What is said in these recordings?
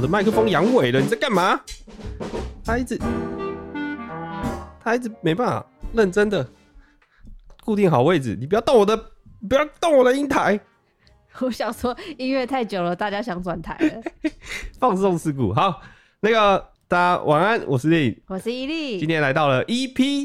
的麦克风阳痿了，你在干嘛？他一直没办法认真的固定好位置，你不要动我的音台。 我想说音乐太久了，大家想转台了。 放送事故。好，那个大家晚安，我是丽， 我是伊利， 今天来到了 EP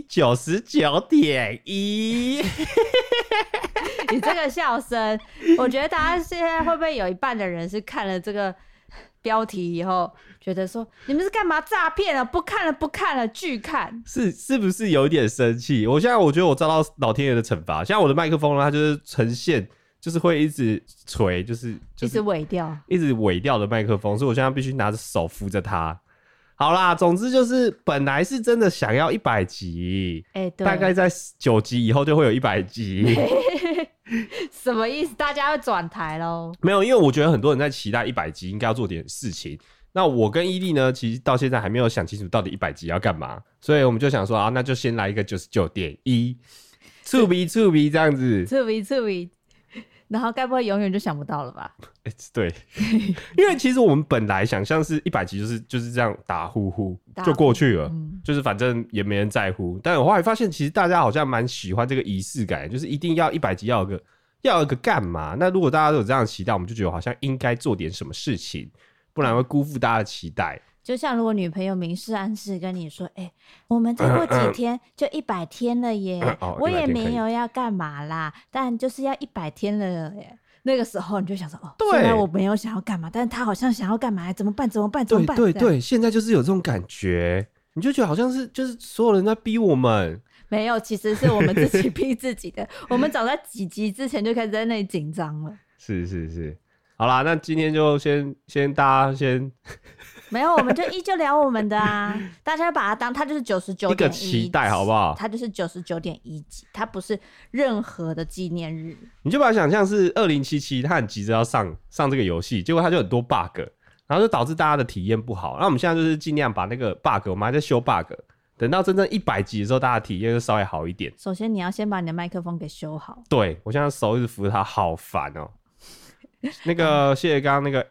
99.1。 你这个笑声，我觉得大家现在会不会有一半的人是看了这个标题以后，觉得说你们是干嘛诈骗了？不看了，拒看。 是不是有点生气？我觉得我遭到老天爷的惩罚。像我的麦克风呢，它就是呈现，就是会一直垂，就是一直尾掉， 一直尾掉的麦克风，所以我现在必须拿着手扶着它。好啦，总之就是本来是真的想要100集， 对， 大概在9集以后就会有100集。 什么意思？大家要转台咯？ 没有，因为我觉得很多人在期待100集应该要做点事情。那我跟伊利呢，其实到现在还没有想清楚到底100集要干嘛，所以我们就想说啊，那就先来一个99.1，触鼻这样子， 触鼻，然后该不会永远就想不到了吧？ 对，因为其实我们本来想象是100集就是这样打呼呼就过去了，就是反正也没人在乎。但我后来发现，其实大家好像蛮喜欢这个仪式感，就是一定要100集要有个干嘛？那如果大家都有这样的期待，我们就觉得好像应该做点什么事情，不然会辜负大家的期待。 就像如果女朋友明示暗示跟你说，我们再过几天就100天了耶，我也没有要干嘛啦，但就是要100天了耶。那个时候你就想说，虽然我没有想要干嘛，但是他好像想要干嘛，怎么办？ 对，现在就是有这种感觉，你就觉得好像是就是所有人在逼我们。 没有，其实是我们自己逼自己的。我们早在几集之前就开始在那里紧张了。 是，好啦，那今天就先大家先没有，我们就依旧聊我们的啊，大家把它当它就是 99.1 一个期待好不好？ 它就是 99.1 集，它不是任何的纪念日。 你就把它想象是2077，他很急着要上这个游戏，结果他就很多 bug， 然后就导致大家的体验不好。那我们现在就是尽量把那个 bug， 我们还在修 bug， 等到真正100集的时候，大家的体验就稍微好一点。 首先你要先把你的麦克风给修好。 对，我现在手一直扶着它，好烦哦。那个谢谢刚刚那个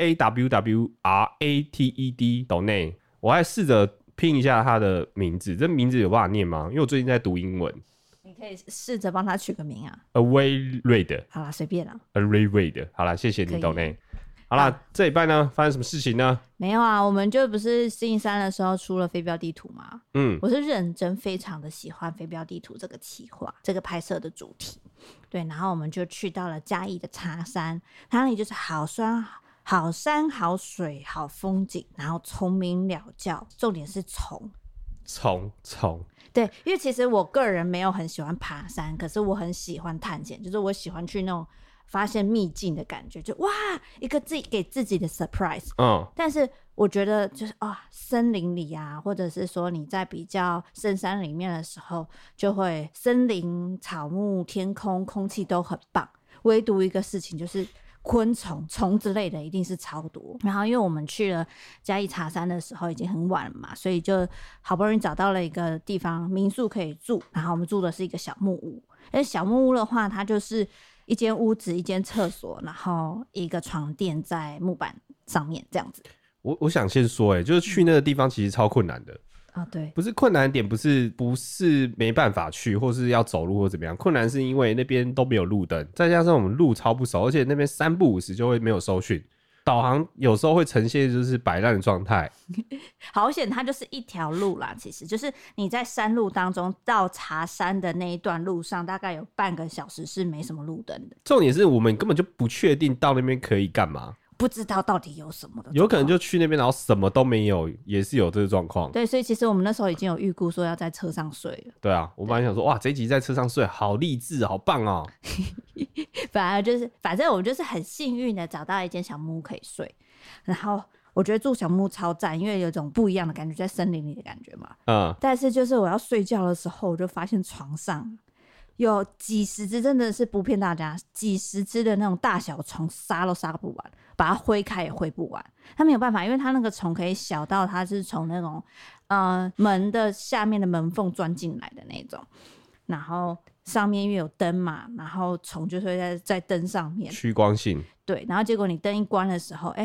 AWWRATED 抖内，我还试着拼一下他的名字，这名字有办法念吗？因为我最近在读英文。 你可以试着帮他取个名啊。 Away Raid。 好啦，随便啦。 Away Raid。好啦，谢谢你抖内。好啦，这礼拜呢发生什么事情呢？ 没有啊，我们就不是星期三的时候出了飞镖地图吗？我是认真非常的喜欢飞镖地图这个企划，这个拍摄的主题。对，然后我们就去到了嘉义的茶山，它那里就是好山好水好风景，然后虫鸣鸟叫，重点是虫。对，因为其实我个人没有很喜欢爬山，可是我很喜欢探险，就是我喜欢去那种发现秘境的感觉，就哇，一个给自己的 surprise。但是我觉得就是森林里啊，或者是说你在比较深山里面的时候，就会森林、草木、天空、空气都很棒，唯独一个事情就是昆虫之类的一定是超多。然后因为我们去了嘉义茶山的时候已经很晚了嘛，所以就好不容易找到了一个地方民宿可以住，然后我们住的是一个小木屋。而小木屋的话，它就是一间屋子，一间厕所，然后一个床垫在木板上面这样子。 我想先说，就是去那个地方其实超困难的。 对， 不是困难点，不是没办法去，或是要走路或怎么样，困难是因为那边都没有路灯，再加上我们路超不熟，而且那边3不5时就会没有收讯，导航有时候会呈现就是摆烂的状态。 好险，它就是一条路啦，其实就是你在山路当中到茶山的那一段路上，大概有半个小时是没什么路灯的。 重点是我们根本就不确定到那边可以干嘛。 不知道到底有什么的， 有可能就去那边然后什么都没有，也是有这个状况。 对，所以其实我们那时候已经有预估说要在车上睡了。 对啊，我本来想说哇，这一集在车上睡好励志好棒哦。 反正我就是很幸运的找到一间小木屋可以睡，然后我觉得住小木屋超赞，因为有一种不一样的感觉，在森林里的感觉嘛。但是就是我要睡觉的时候，我就发现床上有几十只，真的是不骗大家，几十只的那种大小虫，杀都杀不完，把它挥开也挥不完。它没有办法，因为它那个虫可以小到它是从那种门的下面的门缝钻进来的那种，然后上面因为有灯嘛，然后虫就会在灯上面趋光性。 对，然后结果你灯一关的时候，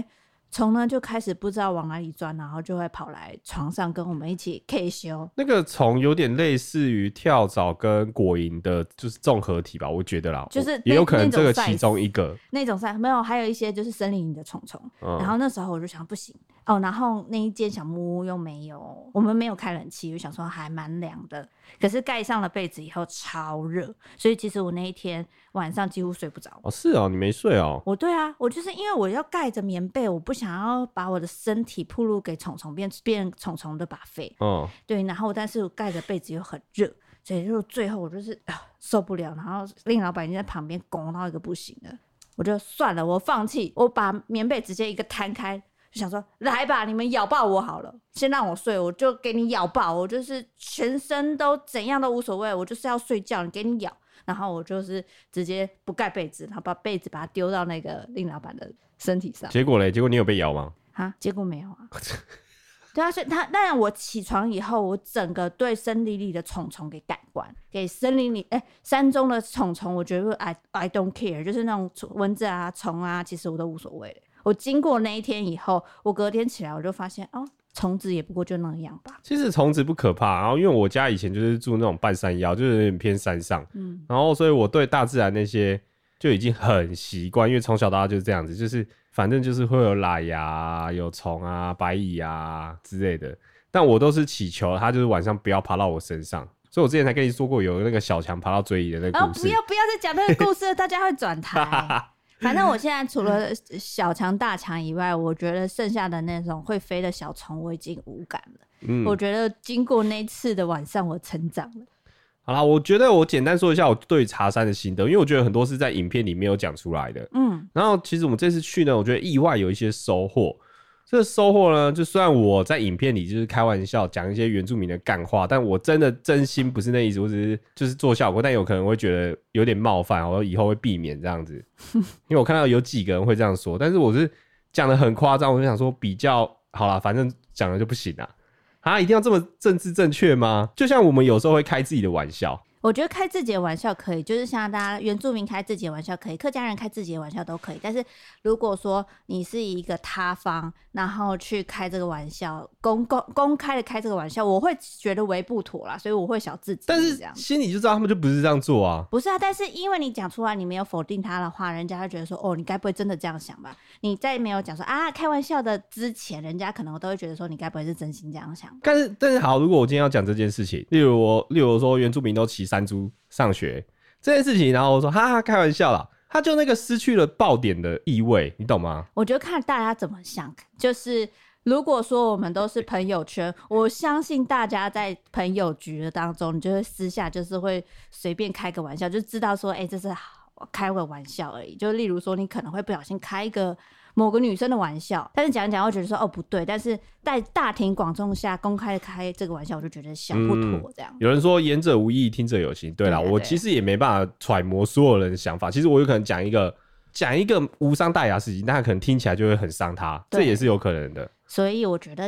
虫呢就开始不知道往哪里钻，然后就会跑来床上跟我们一起 K 修。 那个虫有点类似于跳蚤跟果蝇的，就是综合体吧，我觉得啦， 就是也有可能这个其中一个那种赛没有，还有一些就是森林里的虫虫。然后那时候我就想不行哦，然后那一间小木屋又没有，我们没有开冷气，我想说还蛮凉的，可是盖上了被子以后超热，所以其实我那一天晚上几乎睡不着。 哦，是哦，你没睡哦？ 对啊，我就是因为我要盖着棉被，我不想要把我的身体暴露给虫虫，变虫虫的buffet。对，然后但是我盖着被子又很热，所以就最后我就是受不了，然后令老板已经在旁边拱到一个不行了，我就算了，我放弃，我把棉被直接一个摊开，就想说来吧，你们咬爆我好了，先让我睡，我就给你咬爆，我就是全身都怎样都无所谓，我就是要睡觉，你给你咬。然后我就是直接不盖被子，然后把被子把它丢到那个令老板的身体上。 结果嘞？结果你有被咬吗？ 结果没有啊。对啊，所以当然我起床以后，我整个对森林里的虫虫给改观，给森林里山中的虫虫，我觉得 I don't care， 就是那种蚊子啊、虫啊，其实我都无所谓的。我经过那一天以后，我隔天起来我就发现虫子也不过就那样吧。 其实虫子不可怕，然后因为我家以前就是住那种半山腰，就是有点偏山上，然后所以我对大自然那些就已经很习惯，因为从小到大就是这样子，就是反正就是会有喇牙、有虫啊、白蚁啊之类的，但我都是祈求它就是晚上不要爬到我身上。所以我之前才跟你说过有那个小强爬到嘴里的那个故事。 不要再讲那个故事了，大家会转台。反正我现在除了小强大强以外，我觉得剩下的那种会飞的小虫我已经无感了。我觉得经过那次的晚上我成长了。 好啦，我觉得我简单说一下我对茶山的心得，因为我觉得很多是在影片里面有讲出来的。然后其实我们这次去呢，我觉得意外有一些收获。这个收获呢，就虽然我在影片里就是开玩笑讲一些原住民的干话，但我真心不是那意思，我只是就是做效果，但有可能会觉得有点冒犯，我以后会避免这样子。因为我看到有几个人会这样说，但是我是讲的很夸张，我就想说比较好啦，反正讲了就不行啊，一定要这么政治正确吗？就像我们有时候会开自己的玩笑。 我觉得开自己的玩笑可以，就是像大家原住民开自己的玩笑可以，客家人开自己的玩笑都可以。但是如果说你是一个他方，然后去开这个玩笑，公开的开这个玩笑，我会觉得为不妥啦，所以我会小自己。 但是心里就知道他们就不是这样做啊。 不是啊，但是因为你讲出来，你没有否定他的话，人家会觉得说，你该不会真的这样想吧？你在没有讲说开玩笑的之前，人家可能都会觉得说，你该不会是真心这样想？ 但是好，如果我今天要讲这件事情，例如说原住民都骑山猪上学这件事情，然后我说哈哈开玩笑啦，他就那个失去了爆点的意味，你懂吗？ 我觉得看大家怎么想，就是如果说我们都是朋友圈，我相信大家在朋友局的当中，你就会私下就是会随便开个玩笑，就知道说这是开个玩笑而已。就例如说你可能会不小心开一个某个女生的玩笑，但是讲一讲会觉得说不对，但是在大庭广众下公开的开这个玩笑，我就觉得小不妥这样。 有人说言者无意，听者有心。对啦，我其实也没办法揣摩所有人的想法。其实我有可能讲一个无伤大雅的事情，但他可能听起来就会很伤他，这也是有可能的。 所以我觉得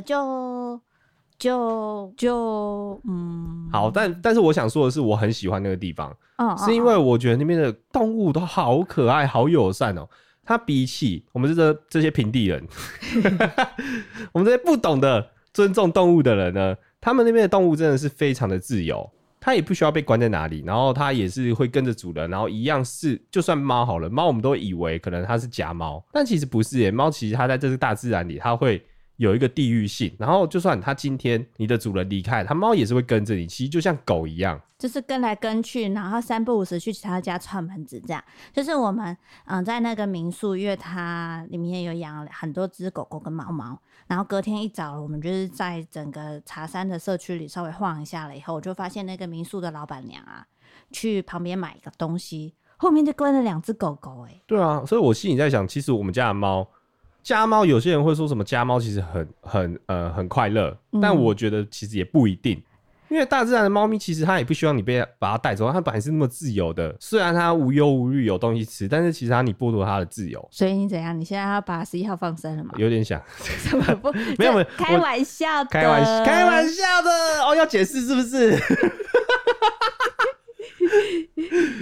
好，但是我想说的是，我很喜欢那个地方，是因为我觉得那边的动物都好可爱、好友善哦。它比起我们这些平地人，我们这些不懂得尊重动物的人呢，他们那边的动物真的是非常的自由，它也不需要被关在哪里，然后它也是会跟着主人，然后一样是，就算猫好了，猫我们都以为可能它是家猫，但其实不是耶，猫其实它在这个大自然里，它会有一个地域性，然后就算它今天你的主人离开，它猫也是会跟着你，其实就像狗一样， 就是跟来跟去，然后三不五时去其他家串门子这样。就是我们在那个民宿，因为它里面有养很多只狗狗跟猫猫，然后隔天一早我们就是在整个茶山的社区里稍微晃一下了以后，我就发现那个民宿的老板娘去旁边买一个东西，后面就跟了2只狗狗对啊，所以我心里在想，其实我们家的猫家猫，有些人会说什么家猫其实很快乐，但我觉得其实也不一定，因为大自然的猫咪其实它也不希望你把它带走，它本来是那么自由的，虽然它无忧无虑有东西吃，但是其实你剥夺它的自由。 所以你怎样？你现在要把11号放生了吗？ 有点想什么不没有开玩笑的， 开玩笑的要解释是不是？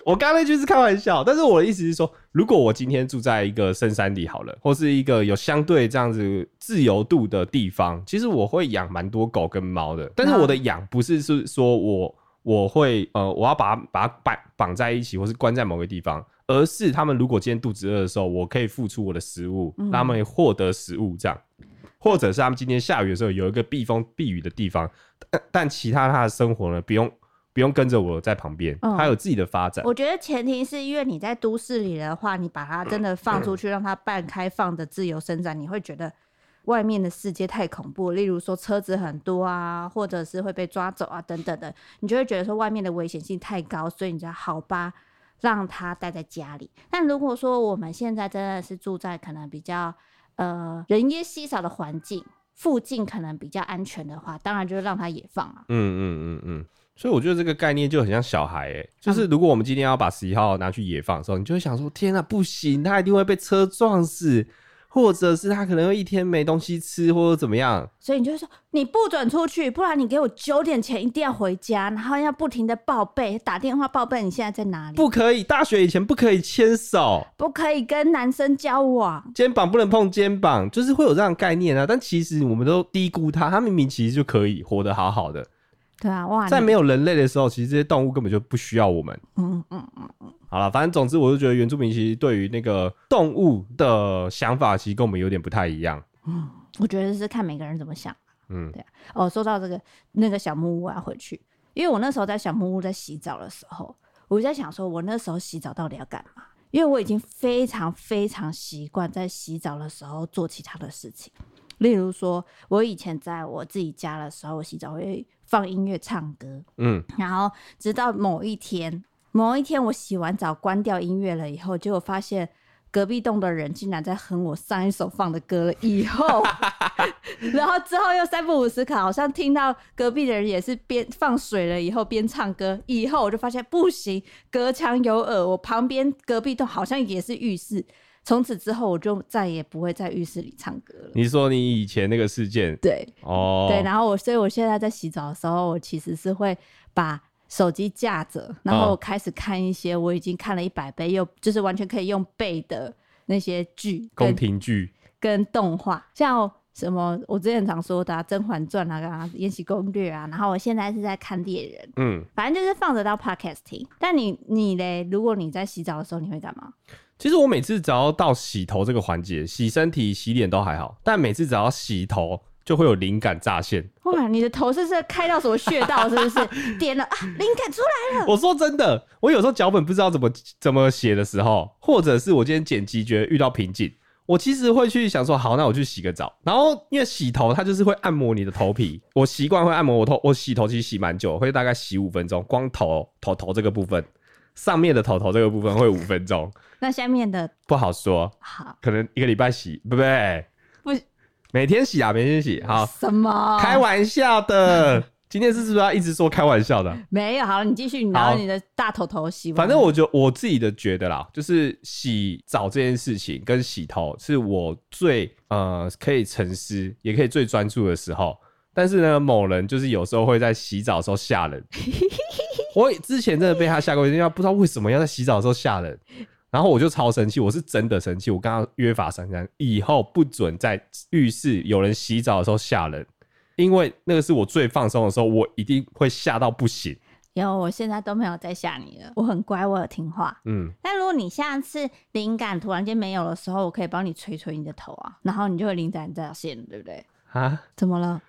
我刚刚那句是开玩笑，但是我的意思是说，如果我今天住在一个深山里好了，或是一个有相对这样子自由度的地方，其实我会养蛮多狗跟猫的。但是我的养不是说我会我要把它绑在一起，或是关在某个地方，而是他们如果今天肚子饿的时候，我可以付出我的食物，让他们获得食物这样。或者是他们今天下雨的时候有一个避风避雨的地方，但其他的生活呢，不用跟着我在旁边，他有自己的发展。 我觉得前提是因为你在都市里的话，你把它真的放出去，让它半开放的自由伸展，你会觉得外面的世界太恐怖，例如说车子很多啊，或者是会被抓走啊等等的，你就会觉得说外面的危险性太高，所以你就好吧，让它待在家里。但如果说我们现在真的是住在可能比较人烟稀少的环境，附近可能比较安全的话，当然就是让它野放啊。 所以我觉得这个概念就很像小孩就是如果我们今天要把11号拿去野放的时候，你就会想说天啊不行，他一定会被车撞死，或者是他可能会一天没东西吃或者怎么样， 所以你就会说你不准出去，不然你给我9点前一定要回家，然后要不停的报备，打电话报备你现在在哪里， 不可以大学以前不可以牵手， 不可以跟男生交往， 肩膀不能碰肩膀，就是会有这样的概念啊。但其实我们都低估他明明其实就可以活得好好的。 对啊，哇！ 在没有人类的时候，其实这些动物根本就不需要我们。好了，反正总之，我就觉得原住民其实对于那个动物的想法，其实跟我们有点不太一样。 我觉得是看每个人怎么想。对啊。说到这个那个小木屋啊，回去，因为我那时候在小木屋在洗澡的时候，我就在想说，我那时候洗澡到底要干嘛？因为我已经非常非常习惯在洗澡的时候做其他的事情。例如说，我以前在我自己家的时候，我洗澡会放音乐唱歌，然后直到某一天我洗完澡关掉音乐了以后，结果发现隔壁栋的人竟然在哼我上一首放的歌了以后然后之后又3不5时好像听到隔壁的人也是边放水了以后边唱歌，以后我就发现不行，隔墙有耳，我旁边隔壁栋好像也是浴室，从此之后我就再也不会在浴室里唱歌了。 你说你以前那个事件？ 对对，然后所以我现在在洗澡的时候，我其实是会把手机架着，然后我开始看一些我已经看了100倍又就是完全可以用背的那些剧， 宫廷剧跟动画，像什么我之前常说的《甄嬛传》啊、《延禧攻略》啊，然后我现在是在看猎人，反正就是放着到 podcast 听。但你嘞，如果你在洗澡的时候，你会干嘛？ 其实我每次只要到洗头这个环节，洗身体、洗脸都还好，但每次只要洗头，就会有灵感乍现。 哇，你的头是开到什么穴道？是不是点了啊？灵感出来了！ 我说真的，我有时候脚本不知道怎么写的时候，或者是我今天剪辑觉得遇到瓶颈，我其实会去想说，好，那我去洗个澡。然后因为洗头它就是会按摩你的头皮，我习惯会按摩我洗头其实洗蛮久，会大概洗5分钟，光头这个部分。上面的头这个部分会5分钟， 那下面的不好说， 好， 可能1个礼拜洗，不，每天洗啊，每天洗，好， 什么？ 开玩笑的，今天是不是要一直说开玩笑的？ 没有，好了，你继续，然后你的大头洗完。 反正我自己的觉得啦，就是洗澡这件事情跟洗头是我最可以沉思，也可以最专注的时候。但是呢，某人就是有时候会在洗澡的时候吓人。我之前真的被他吓过，因为不知道为什么要在洗澡的时候吓人，然后我就超生气，我是真的生气。我跟他约法三章，以后不准在浴室有人洗澡的时候吓人，因为那个是我最放松的时候，我一定会吓到不行。 我现在都没有再吓你了，我很乖，我有听话。但如果你下次灵感突然间没有的时候，我可以帮你捶捶你的头啊，然后你就会灵感再现，对不对？ 啊？ 怎么了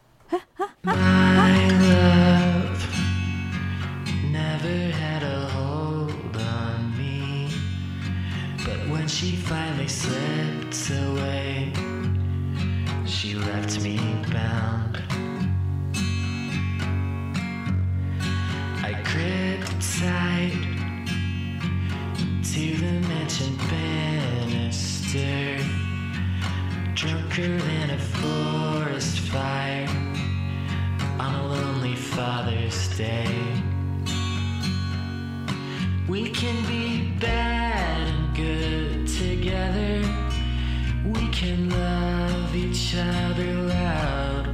？My love never had a hold on me, but when she finally slipped away, she left me bound. I gripped tight to the mansion banister, drunker than a forest fire on a lonely Father's Day. We can be bad and good together. We can love each other loud.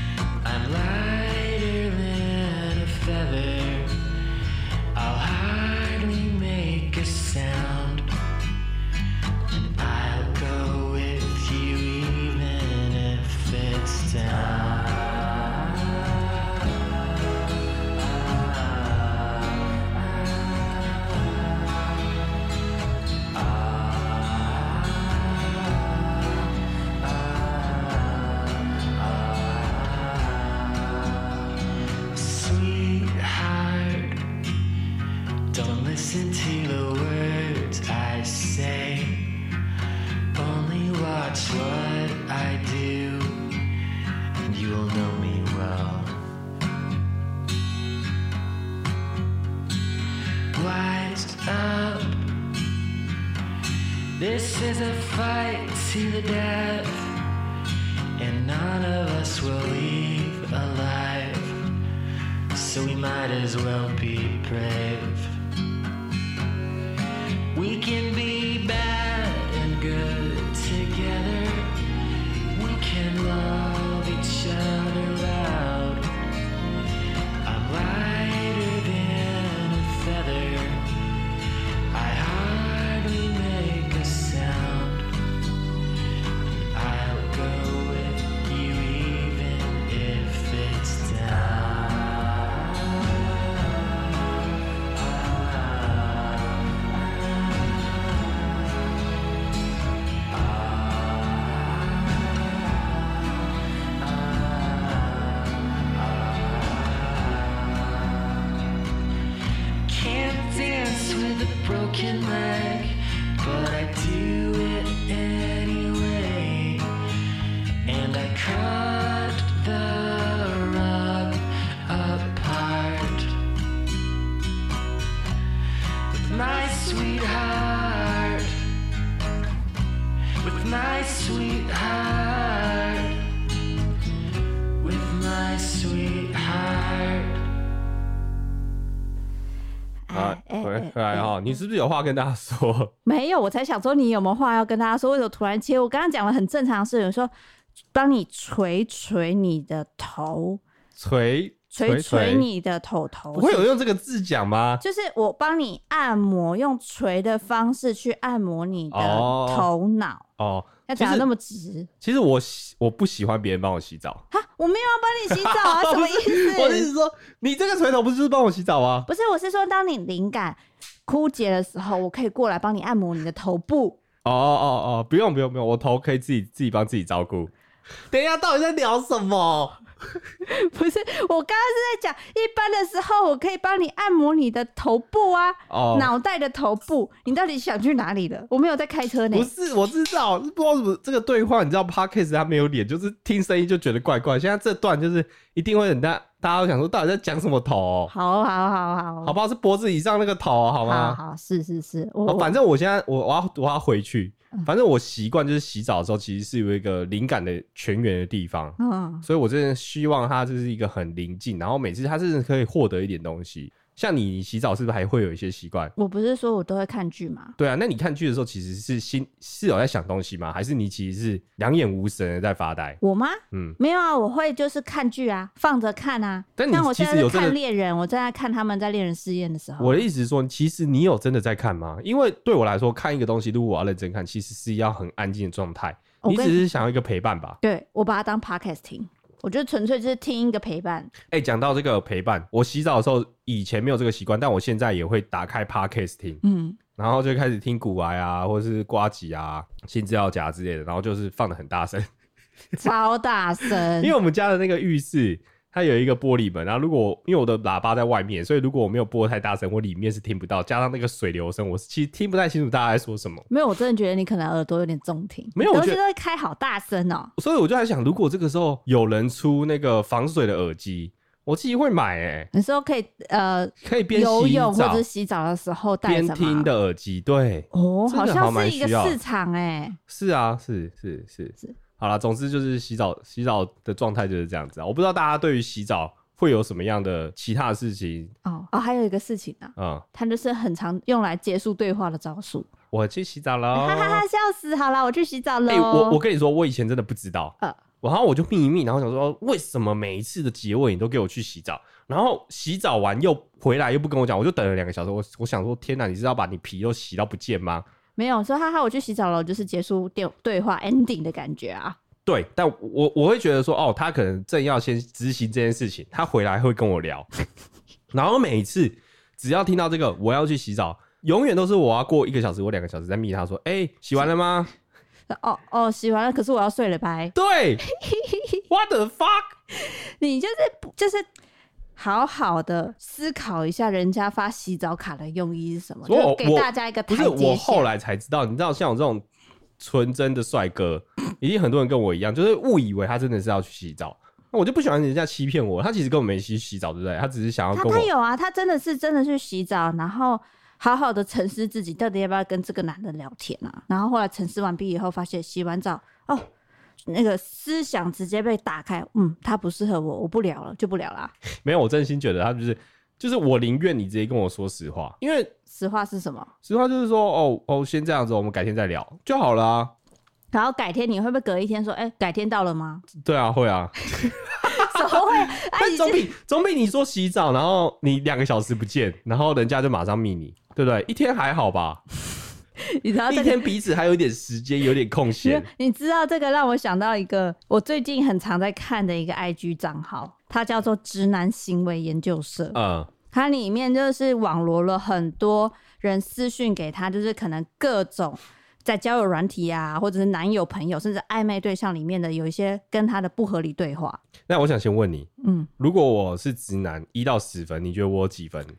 I'm lighter than a feather. I'll hide Don't listen to the words I say, only watch what I do, and you will know me well. Wise up, this is a fight to the death, and none of us will leave alive, so we might as well be brave. We can be bad and good together, we can love each other loud. I'm lighter than a feather, I hardly make a sound. I'll go with you even if it's down. Can't dance with a broken leg, but I do it anyway. And I cut the rug apart with my sweetheart, with my sweetheart, with my sweetheart. 回来哈，你是不是有话跟大家说？ 没有，我才想说你有没有话要跟大家说？为什么突然切？我刚刚讲了很正常的事，有说帮你捶你的头，捶你的头， 不会有用这个字讲吗？ 就是我帮你按摩，用捶的方式去按摩你的头脑。哦，要讲得那么直。 其实我不喜欢别人帮我洗澡。 哈，我没有要帮你洗澡啊，什么意思？ 我的意思是说，你这个捶头不是就是帮我洗澡吗？ 不是，我是说，当你灵感枯竭的时候，我可以过来帮你按摩你的头部。 不用，我头可以自己帮自己照顾。等一下，到底在聊什么？ 不是，我刚刚是在讲，一般的时候我可以帮你按摩你的头部啊，脑袋的头部。你到底想去哪里了？我没有在开车呢。 不是，我知道，不知道什么这个对话，你知道 Podcast 它没有脸，就是听声音就觉得怪怪。现在这段就是一定会大家都想说，到底在讲什么头？ 好不好？是脖子以上那个头，好吗？ 好，是， 反正我现在我要回去。反正我习惯就是洗澡的时候，其实是有一个灵感的泉源的地方，所以我真的希望它就是一个很宁静，然后每次它真的可以获得一点东西。像你洗澡是不是还会有一些习惯？ 我不是说我都会看剧吗？ 对啊，那你看剧的时候其实是有在想东西吗？还是你其实是两眼无神的在发呆？ 我吗？没有啊，我会就是看剧啊，放着看啊。 但你我现在在看猎人，我正在看他们在猎人试验的时候。 我的意思是说，其实你有真的在看吗？因为对我来说，看一个东西，如果我要认真看，其实是要很安静的状态。你只是想要一个陪伴吧？ 对，我把它当 podcast 听。我觉得纯粹就是听一个陪伴。 讲到这个陪伴，我洗澡的时候以前没有这个习惯，但我现在也会打开 podcast 听，然后就开始听古癌啊，或者是呱吉啊、新资料夹之类的，然后就是放得很大声， 超大声。 因为我们家的那个浴室它有一个玻璃门，然后因为我的喇叭在外面，所以如果我没有播太大声，我里面是听不到，加上那个水流声，我其实听不太清楚大家在说什么。 没有，我真的觉得你可能耳朵有点重听， 没有，我觉得都会开好大声哦。 所以我就在想，如果这个时候有人出那个防水的耳机，我自己会买。 你说可以边游泳或者洗澡的时候戴边听的耳机，对好像是一个市场是啊，是。好啦，总之就是洗澡的状态就是这样子啊。我不知道大家对于洗澡会有什么样的其他的事情还有一个事情啊，它就是很常用来结束对话的招数。 我去洗澡了， 哈哈哈，笑死！好啦，我去洗澡了。 我跟你说，我以前真的不知道，然后我就秘密，然后想说，为什么每一次的结尾你都给我去洗澡，然后洗澡完又回来又不跟我讲，我就等了2个小时。我想说，天哪，你是要把你皮都洗到不见吗？ 没有，说哈哈，我去洗澡了，就是结束对话 ending 的感觉啊。 对，但我会觉得说，他可能正要先执行这件事情，他回来会跟我聊，然后每一次只要听到这个我要去洗澡，永远都是我要过1个小时或2个小时再密他说，洗完了吗？ 洗完了，可是我要睡了，拜。 对，What the fuck？ 你就是好好的思考一下人家发洗澡卡的用意是什么，就给大家一个台阶下。 不是，我后来才知道，你知道像我这种纯真的帅哥，一定很多人跟我一样，就是误以为他真的是要去洗澡。我就不喜欢人家欺骗我，他其实根本没去洗澡，对不对？他只是想要跟我。 他有啊，他真的去洗澡，然后好好的沉思自己到底要不要跟这个男的聊天啊。然后后来沉思完毕以后，发现洗完澡哦，那个思想直接被打开，他不适合我，我不聊了，就不聊啦。 没有，我真心觉得他就是我宁愿你直接跟我说实话，因为实话是什么？ 实话就是说先这样子，我们改天再聊就好了啊。 然后改天你会不会隔一天说，改天到了吗？ 对啊，会啊。 怎么会？ 但总比你说洗澡，然后你2个小时不见，然后人家就马上密你，对不对？一天还好吧？ 你知道、 一天彼此还有一点时间，有点空闲。 你知道这个让我想到一个我最近很常在看的一个 IG 账号，它叫做直男行为研究社。它里面就是网罗了很多人私讯给他，就是可能各种在交友软体啊，或者是男友朋友甚至暧昧对象里面的有一些跟他的不合理对话。 那我想先问你，如果我是直男，1到10分，你觉得我有几分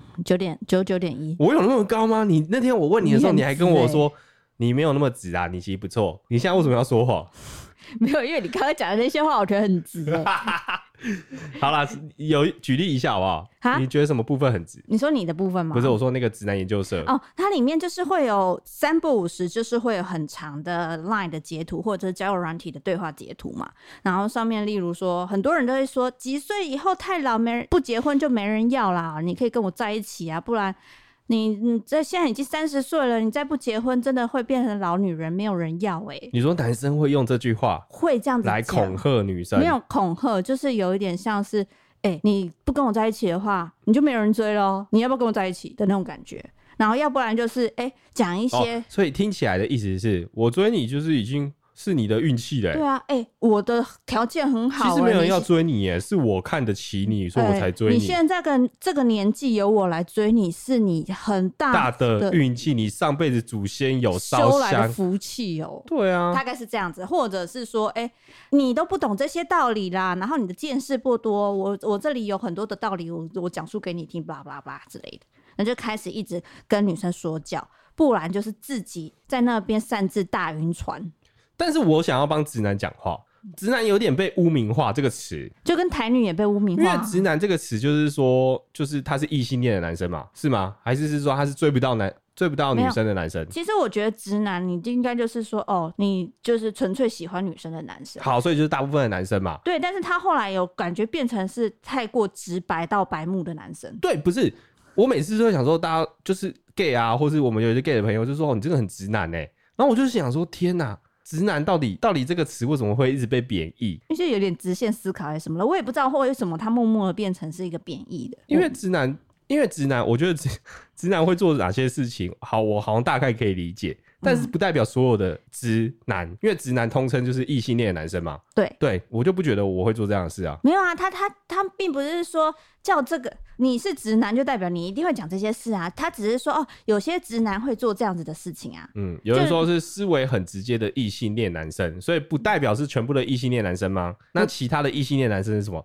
？9.1。 我有那么高吗？你那天我问你的时候，你还跟我说你没有那么直啊，你其实不错。你现在为什么要说谎？ 没有，因为你刚刚讲的那些话，我觉得很直好啦，举例一下好不好？你觉得什么部分很直？ 你说你的部分吗？ 不是，我说那个直男研究社。 它里面就是会有3不5时，就是会有很长的 LINE 的截图，或者是交友软体的对话截图嘛。然后上面例如说，很多人都会说，几岁以后太老，不结婚就没人要啦，你可以跟我在一起啊，不然你这现在已经30岁了，你再不结婚，真的会变成老女人，没有人要你说男生会用这句话， 会这样子来恐吓女生？ 没有恐吓，就是有一点像是，你不跟我在一起的话，你就没有人追咯，你要不要跟我在一起的那种感觉。然后要不然就是讲一些， 所以听起来的意思是我追你就是已经是你的运气了。 对啊，我的条件很好。 其实没有人要追你耶，是我看得起你，所以我才追你。 你现在这个年纪由我来追你，是你很大的运气，你上辈子祖先有烧香修来的福气哦。 对啊， 大概是这样子，或者是说，你都不懂这些道理啦，然后你的见识不多，我这里有很多的道理，我讲述给你听，blah blah blah之类的，那就开始一直跟女生说教，不然就是自己在那边擅自大晕船。 但是我想要帮直男讲话，直男有点被污名化这个词， 就跟台女也被污名化。 因为直男这个词就是说，就是他是异性恋的男生嘛，是吗？还是说他是追不到女生的男生？ 其实我觉得直男，你应该就是说，你就是纯粹喜欢女生的男生。 好，所以就是大部分的男生嘛。 对，但是他后来有感觉变成是太过直白到白目的男生。 对，不是，我每次都会想说，大家就是 gay 啊，或是我们有一些 gay 的朋友就说，你真的很直男然后我就想说，天哪！直男到底这个词为什么会一直被贬义？ 因为有点直线思考还是什么了，我也不知道为什么他默默的变成是一个贬义的。 因为直男，我觉得直男会做哪些事情，我好像大概可以理解，但是不代表所有的直男，因为直男通称就是异性恋的男生嘛。对，我就不觉得我会做这样的事啊。 没有啊，他并不是说叫这个你是直男就代表你一定会讲这些事啊，他只是说有些直男会做这样子的事情啊。 有人说是思维很直接的异性恋男生，所以不代表是全部的异性恋男生吗？那其他的异性恋男生是什么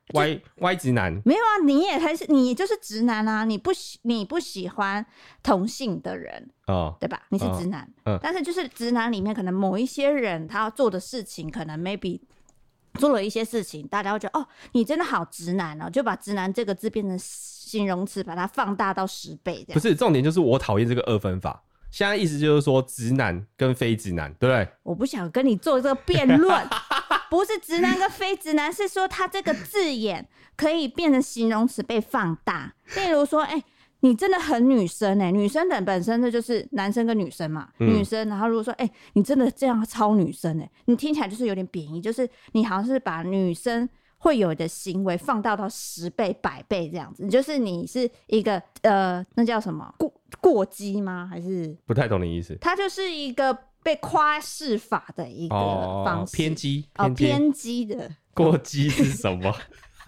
？Y 直男？ 没有啊，你就是直男啊，你不喜欢同性的人对吧？你是直男，但是就是直男里面可能某一些人他要做的事情，可能 maybe 做了一些事情，大家会觉得你真的好直男就把直男这个字变成形容词，把它放大到10倍这样。 不是，重点就是我讨厌这个2分法。现在意思就是说直男跟非直男，对不对？我不想跟你做这个辩论。不是直男跟非直男，是说他这个字眼可以变成形容词被放大。例如说，你真的很女生女生的本身就是男生跟女生嘛，女生。然后如果说，你真的这样超女生你听起来就是有点贬义，就是你好像是把女生会有的行为放大到10倍、100倍这样子，就是你是一个那叫什么过激吗？还是不太懂你意思？ 它就是一个被夸饰法的一个方式， 偏激的过激是什么？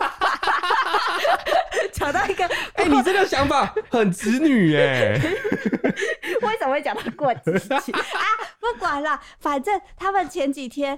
讲到一个， 你这个想法很直女为什么会讲到过激啊？不管啦，反正他们前几天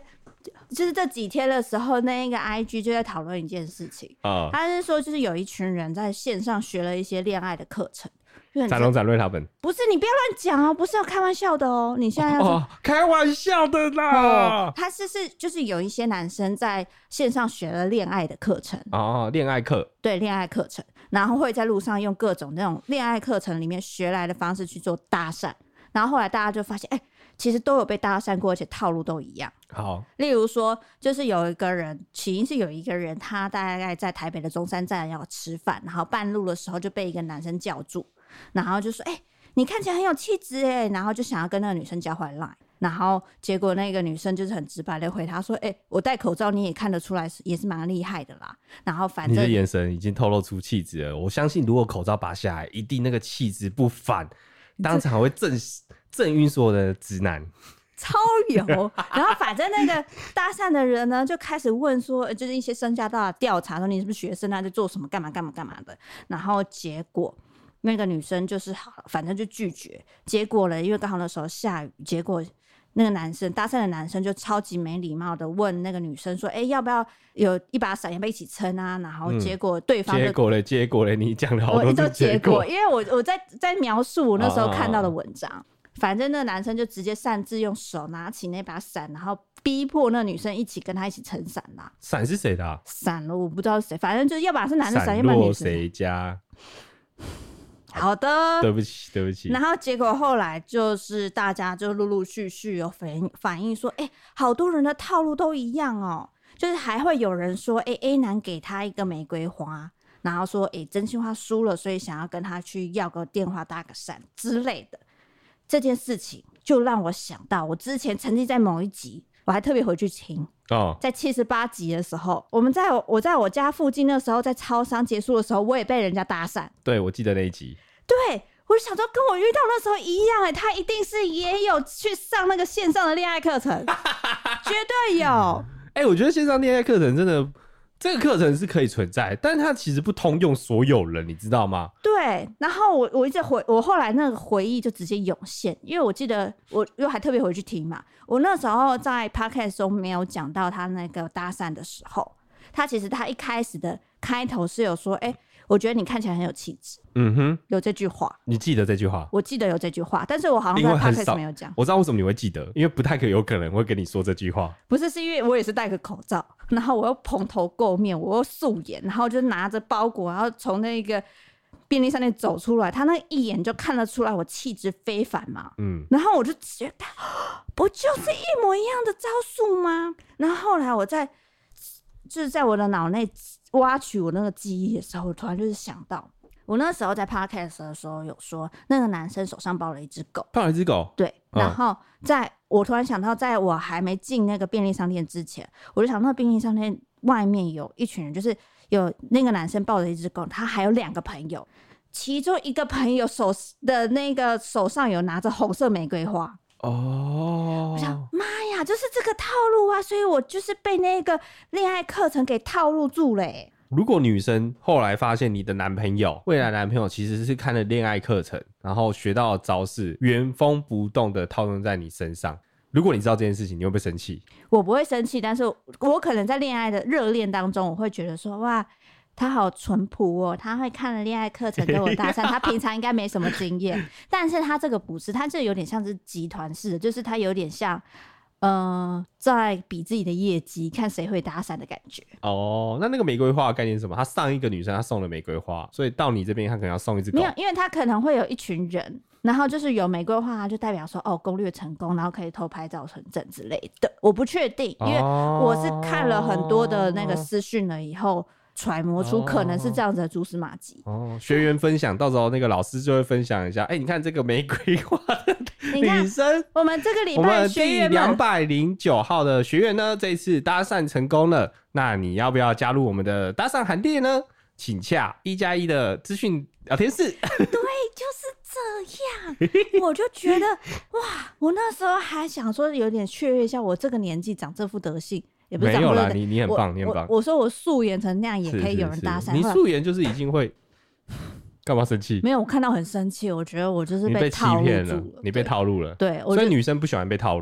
就是这几天的时候，那一个 IG 就在讨论一件事情他是说就是有一群人在线上学了一些恋爱的课程。 展龙展瑞他们不是，你不要乱讲哦，不是要开玩笑的哦，你现在要开玩笑的啦。 他就是有一些男生在线上学了恋爱的课程恋爱课， 对，恋爱课程，然后会在路上用各种那种恋爱课程里面学来的方式去做搭讪，然后后来大家就发现，其实都有被搭讪过，而且套路都一样。 好， 例如说，就是有一个人，起因是有一个人，他大概在台北的中山站要吃饭，然后半路的时候就被一个男生叫住。然后就说你看起来很有气质然后就想要跟那个女生交换 line， 然后结果那个女生就是很直白的回他说我戴口罩你也看得出来也是蛮厉害的啦。然后反正你的眼神已经透露出气质了，我相信如果口罩拔下来，一定那个气质不凡，当场会震晕所有的直男。 超有，然后反正那个搭讪的人呢，就开始问说，就是一些身家大的调查，说你是不是学生啊，在做什么，干嘛的。然后结果那个女生就是好，反正就拒绝。结果呢，因为刚好那时候下雨，结果那个男生搭讪的男生就超级没礼貌的问那个女生说，要不要有一把伞，要不要一起撑啊？然后结果对方结果嘞，你讲了好多次结果，因为我在描述我那时候看到的文章。反正那个男生就直接擅自用手拿起那把伞，然后逼迫那女生跟他一起撑伞啦。 伞是谁的啊？ 伞我不知道是谁，反正就是要把是男的伞，要把女生。 谁家？ 好的， 对不起。 然后结果后来就是大家就陆陆续续有反映说，好多人的套路都一样哦，就是还会有人说，A 男给他一个玫瑰花，然后说，真心话输了，所以想要跟他去要个电话搭个讪之类的。这件事情就让我想到，我之前曾经在某一集，我还特别回去听在78集的时候，我在我家附近那时候，在超商结束的时候，我也被人家搭讪。 对，我记得那一集。 对，我就想说，跟我遇到那时候一样他一定是也有去上那个线上的恋爱课程，绝对有。 我觉得线上恋爱课程真的。这个课程是可以存在，但是它其实不通用所有人，你知道吗？ 对，然后我一直我后来那个回忆就直接涌现，因为我记得我又还特别回去听嘛，我那时候在 podcast 中没有讲到他那个搭讪的时候，他其实他一开始的开头是有说，我觉得你看起来很有气质，有这句话， 你记得这句话？ 我记得有这句话，但是我好像在 podcast 没有讲。 我知道为什么你会记得，因为不太有可能会跟你说这句话。 不是因为我也是戴个口罩，然后我又蓬头垢面，我又素颜，然后就拿着包裹，然后从那个便利商店走出来，他那一眼就看得出来我气质非凡嘛。然后我就觉得，不就是一模一样的招数吗？然后后来我就是在我的脑内挖取我那个记忆的时候，我突然就是想到，我那时候在 podcast 的时候有说，那个男生手上抱了一只狗，对，然后我突然想到，在我还没进那个便利商店之前，我就想到便利商店外面有一群人，就是有那个男生抱着一只狗，他还有2个朋友，其中一个朋友手上有拿着红色玫瑰花。我想妈呀，就是这个套路啊，所以我就是被那个恋爱课程给套路住了如果女生后来发现你的未来男朋友其实是看了恋爱课程，然后学到的招式原封不动的套用在你身上，如果你知道这件事情，你会不会生气？ 我不会生气，但是我可能在恋爱的热恋当中，我会觉得说，哇，他好淳朴哦，他会看了恋爱课程跟我搭讪，他平常应该没什么经验，但是他这个不是，他这有点像是集团式的，就是他有点像在比自己的业绩，看谁会搭讪的感觉。 那个玫瑰花的概念是什么？他上一个女生他送了玫瑰花，所以到你这边他可能要送一只狗。 没有，因为他可能会有一群人，然后就是有玫瑰花，就代表说攻略成功，然后可以偷拍照存证之类的。我不确定，因为我是看了很多的那个私讯了以后，揣摩出可能是这样子的蛛丝马迹。 学员分享，到时候那个老师就会分享一下。你看这个玫瑰花的女生， 我们这个礼拜学员们， 我们第209号的学员呢，这一次搭讪成功了。那你要不要加入我们的搭讪行列呢？请洽1+1的资讯聊天室。 对，就是这样。我就觉得哇，我那时候还想说有点雀跃一下，我这个年纪长这副德性。也不是没有啦，你很棒，你很棒。 我说我素颜成那样也可以有人搭讪， 你素颜就是已经会干嘛生气？ 没有，我看到很生气，我觉得我就是被套路住了。 你被套路了， 对， 所以女生不喜欢被套路。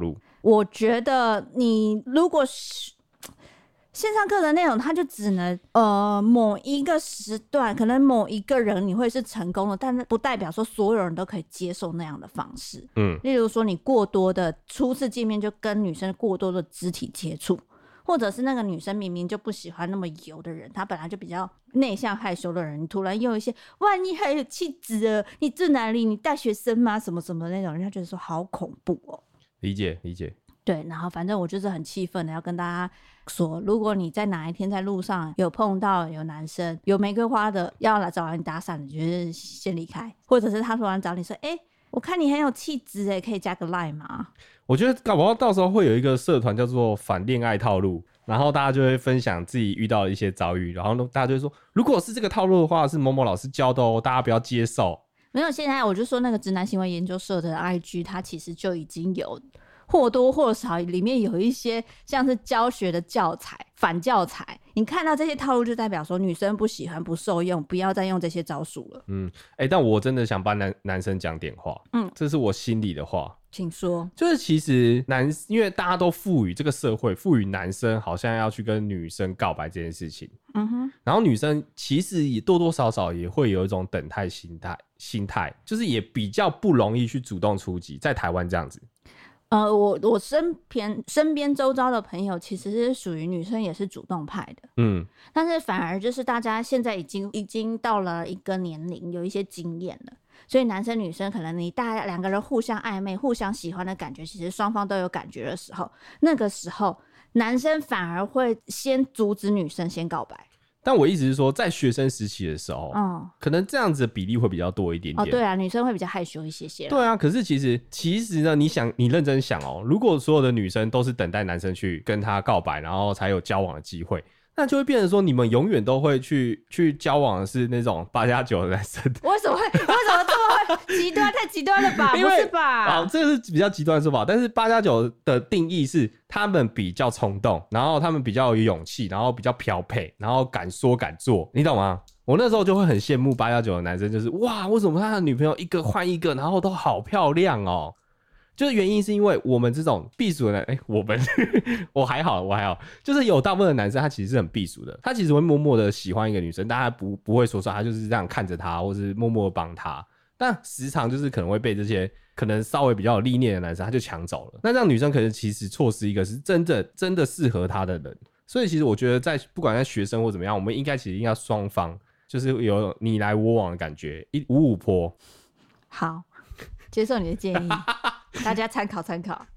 我觉得你如果是线上课的内容，它就只能某一个时段，可能某一个人你会是成功的，但是不代表说所有人都可以接受那样的方式。例如说你过多的初次见面就跟女生过多的肢体接触，或者是那个女生明明就不喜欢那么油的人，她本来就比较内向害羞的人，你突然用一些哇你还有气质了，你住哪里，你大学生吗，什么什么那种，人家觉得说好恐怖哦。 理解。 对，然后反正我就是很气愤的要跟大家说，如果你在哪一天在路上有碰到有男生有玫瑰花的要来找你搭讪，你就是先离开，或者是他突然找你说我看你很有气质可以加个 line 吗？ 我觉得搞不好到时候会有一个社团叫做反恋爱套路，然后大家就会分享自己遇到的一些遭遇，然后大家就会说如果是这个套路的话是某某老师教的哦，大家不要接受。 没有，现在我就说那个直男行为研究社的 IG 它其实就已经有或多或少里面有一些像是教学的教材反教材，你看到这些套路就代表说女生不喜欢不受用，不要再用这些招数了。 但我真的想帮男生讲点话，这是我心里的话， 请说。 就是其实因为大家都赋予这个社会赋予男生好像要去跟女生告白这件事情，然后女生其实也多多少少也会有一种等待心态，就是也比较不容易去主动出击，在台湾这样子。 我身边周遭的朋友其实是属于女生也是主动派的，但是反而就是大家现在已经到了一个年龄，有一些经验了，所以男生女生可能你大家两个人互相暧昧互相喜欢的感觉，其实双方都有感觉的时候，那个时候男生反而会先阻止女生先告白。 但我意思是说在学生时期的时候，可能这样子的比例会比较多一点点。 对啊，女生会比较害羞一些些。 对啊，可是其实呢，你认真想哦，如果所有的女生都是等待男生去跟她告白，然后才有交往的机会，那就会变成说你们永远都会去交往的是那种8+9的男生。 为什么这么会极端？太极端了吧？不是吧？ 这个是比较极端的说法，但是8+9的定义是他们比较冲动，然后他们比较有勇气，然后比较漂配，然后敢说敢做，你懂吗？我那时候就会很羡慕8+9的男生，就是哇，为什么他的女朋友一个换一个，然后都好漂亮哦。就是原因是因为我们这种避暑的男，我还好，就是有大部分的男生他其实是很避暑的，他其实会默默的喜欢一个女生，但他不会说他就是这样看着她，或是默默的帮她，但时常就是可能会被这些可能稍微比较有历练的男生他就抢走了，那这样女生可能其实错失一个是真的适合她的人，所以其实我觉得不管在学生或怎么样，我们其实应该双方就是有你来我往的感觉，五五坡。 好，接受你的建议。大家参考。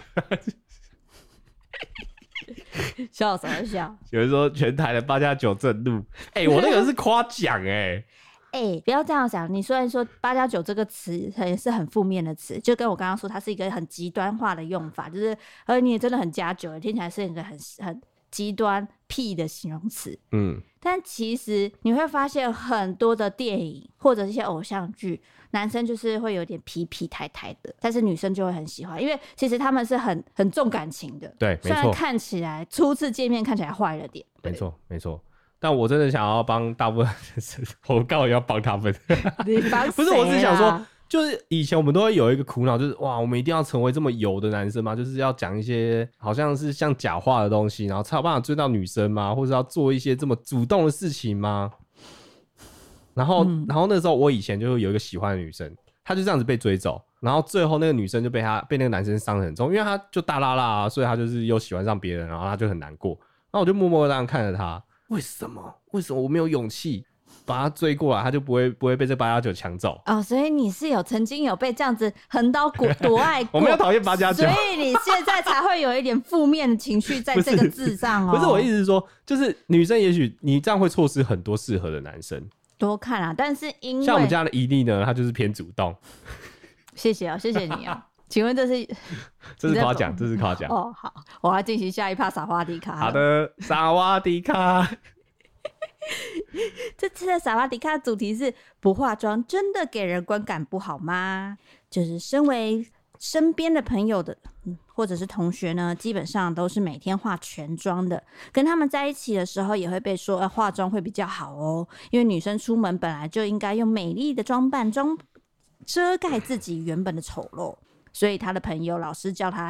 笑什么笑？ 有人说全台的8+9正路，我那个是夸奖不要这样想。你虽然说8+9这个词也是很负面的词，就跟我刚刚说，它是一个很极端化的用法，就是你也真的很加9，听起来是一个很极端屁的形容词。但其实你会发现很多的电影或者一些偶像剧，男生就是会有点痞痞态态的，但是女生就会很喜欢，因为其实他们是很重感情的。 对，没错。 虽然看起来初次见面看起来坏了点， 没错。但我真的想要帮大部分人，我刚好要帮他们。 你帮谁啊？ 不是，我只想说，就是以前我们都会有一个苦恼，就是哇，我们一定要成为这么油的男生吗？就是要讲一些好像是像假话的东西，然后才有办法追到女生吗？或者要做一些这么主动的事情吗？然后那时候我以前就有一个喜欢的女生，她就这样子被追走，然后最后那个女生就被那个男生伤得很重，因为她就大拉拉，所以她就是又喜欢上别人，然后她就很难过。然后我就默默的这样看着她，为什么我没有勇气把他追过来，他就不会被这8+9抢走所以你是曾经有被这样子横刀夺爱过。 我没有讨厌8+9， 所以你现在才会有一点负面的情绪在这个字上不是我意思是说，就是女生也许你这样会错失很多适合的男生。 多看啊，但是因为像我们家的伊利呢，他就是偏主动。 谢谢你请问这是夸奖，这是夸奖。 好，我要进行下一趴撒花迪卡。 好的，撒花迪卡。 这次的撒瓦迪卡主题是不化妆真的给人观感不好吗？就是身为身边的朋友的或者是同学呢，基本上都是每天化全妆的，跟他们在一起的时候也会被说化妆会比较好哦，因为女生出门本来就应该用美丽的装扮遮盖自己原本的丑陋，所以他的朋友老师叫他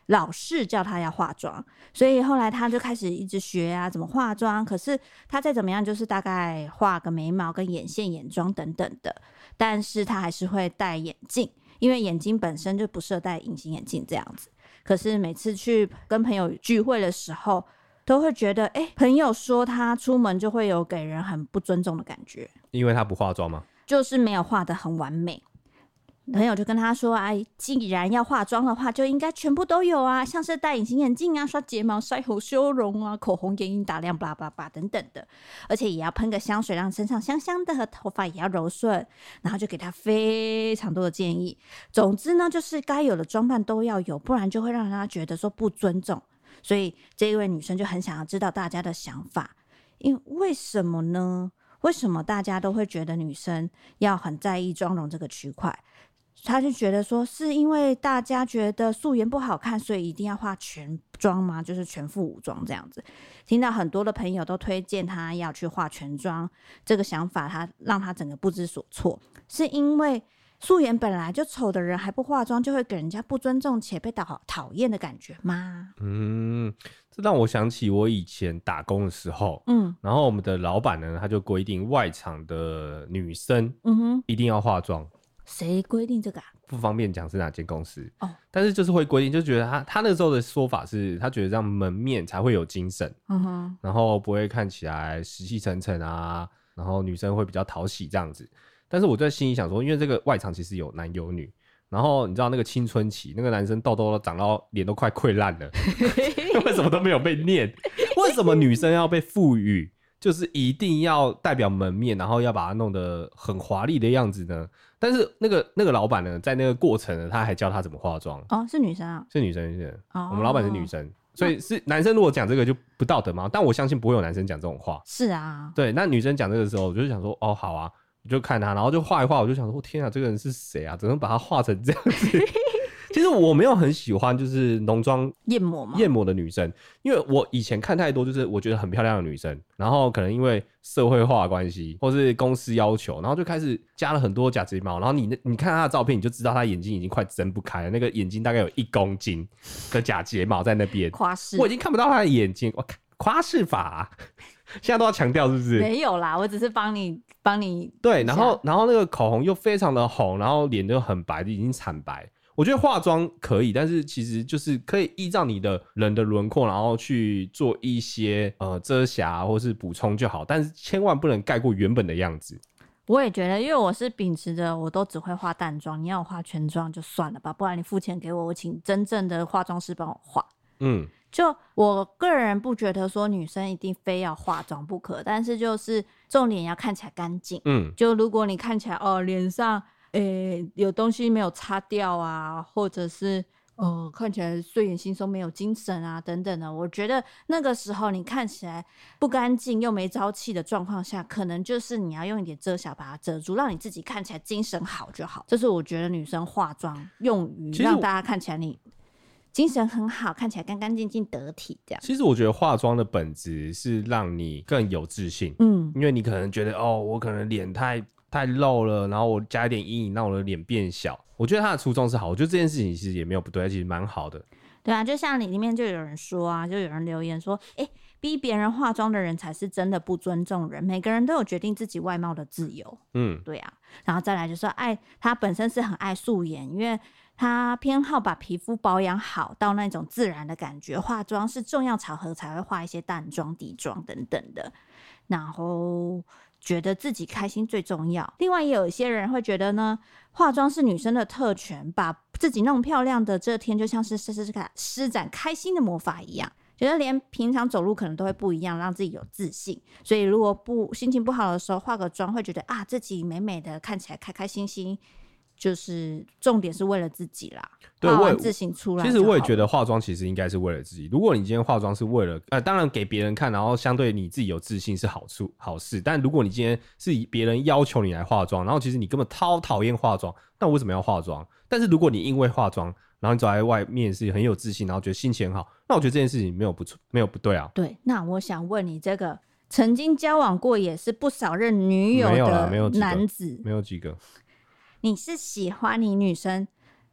老是叫他要化妆，所以后来他就开始一直学啊怎么化妆。可是他再怎么样就是大概画个眉毛跟眼线眼妆等等的，但是他还是会戴眼镜，因为眼睛本身就不适合戴隐形眼镜这样子。可是每次去跟朋友聚会的时候都会觉得朋友说他出门就会有给人很不尊重的感觉， 因为他不化妆吗？ 就是没有画得很完美。朋友就跟他说既然要化妆的话就应该全部都有啊，像是戴隐形眼镜啊、刷睫毛、腮红、修容啊、口红、眼影打亮巴拉巴拉等等的，而且也要喷个香水让身上香香的，头发也要柔顺，然后就给他非常多的建议。总之呢就是该有的装扮都要有，不然就会让他觉得说不尊重。所以这一位女生就很想要知道大家的想法，因为什么呢？为什么大家都会觉得女生要很在意妆容这个区块？他就觉得说是因为大家觉得素颜不好看，所以一定要化全妆吗？就是全副武装这样子。听到很多的朋友都推荐他要去化全妆，这个想法他让他整个不知所措，是因为素颜本来就丑的人还不化妆，就会给人家不尊重且被讨厌的感觉吗？ 这让我想起我以前打工的时候，然后我们的老板呢，他就规定外场的女生一定要化妆。 谁规定这个啊？ 不方便讲是哪间公司但是就是会规定，就觉得他那时候的说法是他觉得这样门面才会有精神，然后不会看起来死气沉沉啊，然后女生会比较讨喜这样子。但是我在心里想说，因为这个外场其实有男有女，然后你知道那个青春期，那个男生痘痘都长到脸都快溃烂了为什么都没有被念？为什么女生要被赋予就是一定要代表门面，然后要把它弄得很华丽的样子呢？但是那个老板呢，在那个过程呢，他还教他怎么化妆。 是女生啊？是女生， 是我们老板是女生，所以是男生如果讲这个就不道德吗？但我相信不会有男生讲这种话。 是啊， 对，那女生讲这个时候，我就想说，好啊，我就看他，然后就画一画，我就想说，天啊，这个人是谁啊？怎么把他画成这样子？其实我没有很喜欢就是浓妆艳抹的女生，因为我以前看太多就是我觉得很漂亮的女生，然后可能因为社会化的关系或是公司要求，然后就开始加了很多假睫毛，然后你看她的照片你就知道她眼睛已经快睁不开了，那个眼睛大概有1公斤的假睫毛在那边， 夸饰， 我已经看不到她的眼睛，我夸饰法现在都要强调是不是？ 没有啦，我只是帮你对，然后那个口红又非常的红，然后脸就很白，已经惨白。我觉得化妆可以，但是其实就是可以依照你的人的轮廓，然后去做一些遮瑕或是补充就好，但是千万不能盖过原本的样子。 我也觉得，因为我是秉持着我都只会化淡妆，你要我化全妆就算了吧，不然你付钱给我，我请真正的化妆师帮我化。就我个人不觉得说女生一定非要化妆不可，但是就是重点要看起来干净。就如果你看起来脸上有东西没有擦掉啊，或者是看起来睡眼惺忪没有精神啊等等的，我觉得那个时候你看起来不干净又没朝气的状况下，可能就是你要用一点遮瑕把它遮住，让你自己看起来精神好就好。这是我觉得女生化妆用于让大家看起来你精神很好，看起来干干净净得体这样。 其实我觉得化妆的本质是让你更有自信，因为你可能觉得我可能脸太露了，然后我加一点阴影让我的脸变小。我觉得他的初衷是好，我觉得这件事情其实也没有不对，其实蛮好的。 对啊，就像里面就有人说啊，就有人留言说逼别人化妆的人才是真的不尊重人，每个人都有决定自己外貌的自由。对啊，然后再来就是他本身是很爱素颜，因为他偏好把皮肤保养好到那种自然的感觉，化妆是重要场合才会化一些淡妆底妆等等的，然后觉得自己开心最重要。另外也有一些人会觉得呢，化妆是女生的特权，把自己弄漂亮的这天就像是施展开心的魔法一样，觉得连平常走路可能都会不一样，让自己有自信。所以如果心情不好的时候化个妆，会觉得自己美美的，看起来开开心心，就是重点是为了自己啦。 对， 化完自信出来。 其实我也觉得化妆其实应该是为了自己。如果你今天化妆是为了当然给别人看，然后相对你自己有自信是好事。但如果你今天是别人要求你来化妆，然后其实你根本超讨厌化妆，那我为什么要化妆？但是如果你因为化妆，然后你走在外面是很有自信，然后觉得心情很好，那我觉得这件事情没有不对啊。 对，那我想问你，这个曾经交往过也是不少任女友的男子， 没有几个。 你是喜欢你女生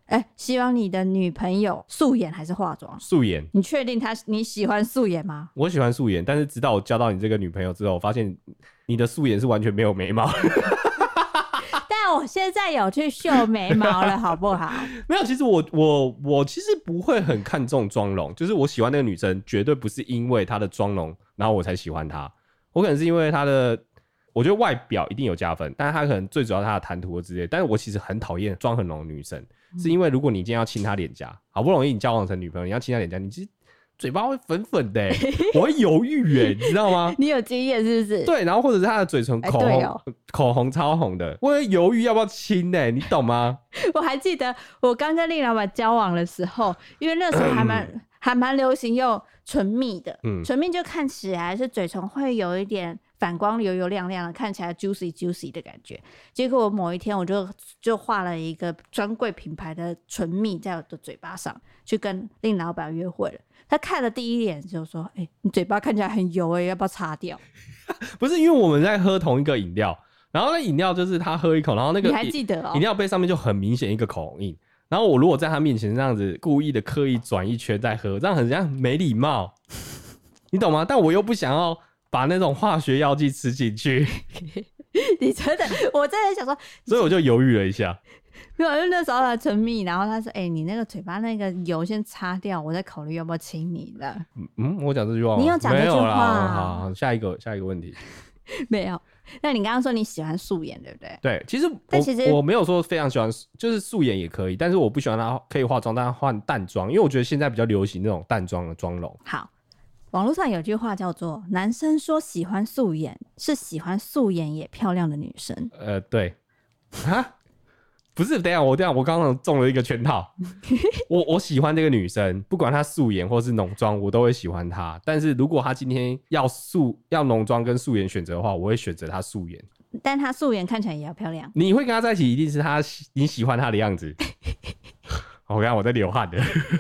希望你的女朋友素颜还是化妆？ 素颜。 你确定你喜欢素颜吗？ 我喜欢素颜，但是直到我交到你这个女朋友之后，我发现你的素颜是完全没有眉毛。 但我现在有去绣眉毛了，好不好？ 没有，其实我其实不会很看重妆容，就是我喜欢那个女生，绝对不是因为她的妆容，然后我才喜欢她。我可能是因为她的，我觉得外表一定有加分，但是她可能最主要是她的谈吐之类。但是我其实很讨厌妆很浓的女生，是因为如果你今天要亲她脸颊，好不容易你交往成女朋友，你要亲她脸颊，你其实嘴巴会粉粉的、我会犹豫你知道吗？ 你有经验是不是？ 对，然后或者是他的嘴唇口红、口红超红的，我会犹豫要不要亲你懂吗？ 我还记得我刚跟令老板交往的时候，因为那时候还蛮流行用唇蜜的，唇蜜就看起来是嘴唇会有一点反光油油亮亮的，看起来 juicy 的感觉。结果我某一天我就画了一个专柜品牌的唇蜜在我的嘴巴上，去跟令老板约会了。他看了第一眼就说：“你嘴巴看起来很油要不要擦掉？” 不是因为我们在喝同一个饮料，然后那饮料就是他喝一口，然后那个你还记得饮料杯上面就很明显一个口红印。然后我如果在他面前这样子故意的刻意转一圈再喝，这样很像没礼貌，你懂吗？但我又不想要把那种化学药剂吃进去。 你真的，我真的想说， 所以我就犹豫了一下。 没有，因为那时候他唇蜜，然后他说：“你那个嘴巴那个油先擦掉，我再考虑要不要亲你的。” 我讲这句话吗？ 你有讲这句话？ 好，下一个问题。 没有。那你刚刚说你喜欢素颜，对不对？ 对，其实我没有说非常喜欢，就是素颜也可以，但是我不喜欢他可以化妆，但他换淡妆，因为我觉得现在比较流行那种淡妆的妆容。 好，网络上有句话叫做“男生说喜欢素颜，是喜欢素颜也漂亮的女生。” 对啊。不是，等一下，我刚刚中了一个圈套。我喜欢这个女生，不管她素颜或是浓妆，我都会喜欢她。但是如果她今天要浓妆跟素颜选择的话，我会选择她素颜。 但她素颜看起来也要漂亮。 你会跟她在一起，一定是你喜欢她的样子。我刚刚我在流汗的。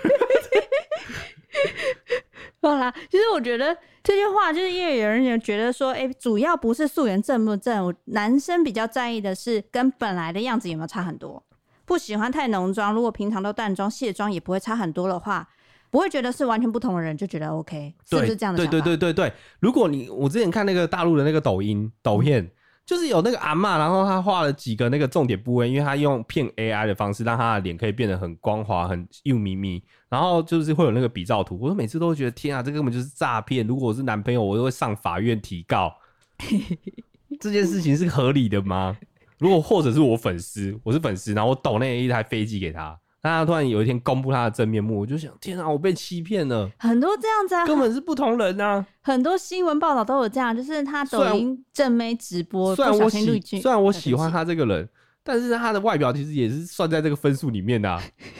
好啦，其实我觉得这句话就是因为有人觉得说，主要不是素颜正不正，男生比较在意的是跟本来的样子有没有差很多。不喜欢太浓妆，如果平常都淡妆卸妆也不会差很多的话，不会觉得是完全不同的人就觉得 OK， 是不是这样的想法？ 对。如果我之前看那个大陆的那个抖片。就是有那个阿嬷，然后她画了几个那个重点部位，因为她用骗 AI 的方式，让她的脸可以变得很光滑、很幼咪咪，然后就是会有那个比照图。我每次都会觉得天啊，这根本就是诈骗！如果我是男朋友，我都会上法院提告。这件事情是合理的吗？如果或者是我是粉丝，然后我抖那一台飞机给他。他突然有一天公布他的真面目，我就想天啊，我被欺骗了。 很多这样子啊， 根本是不同人啊。 很多新闻报道都有这样，就是他抖音正妹直播，虽然我喜欢他这个人，但是他的外表其实也是算在这个分数里面的啊。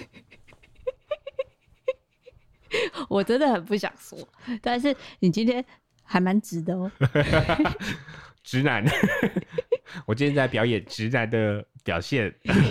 我真的很不想说，但是你今天还蛮直的哦。 直男，我今天在表演直男的表现。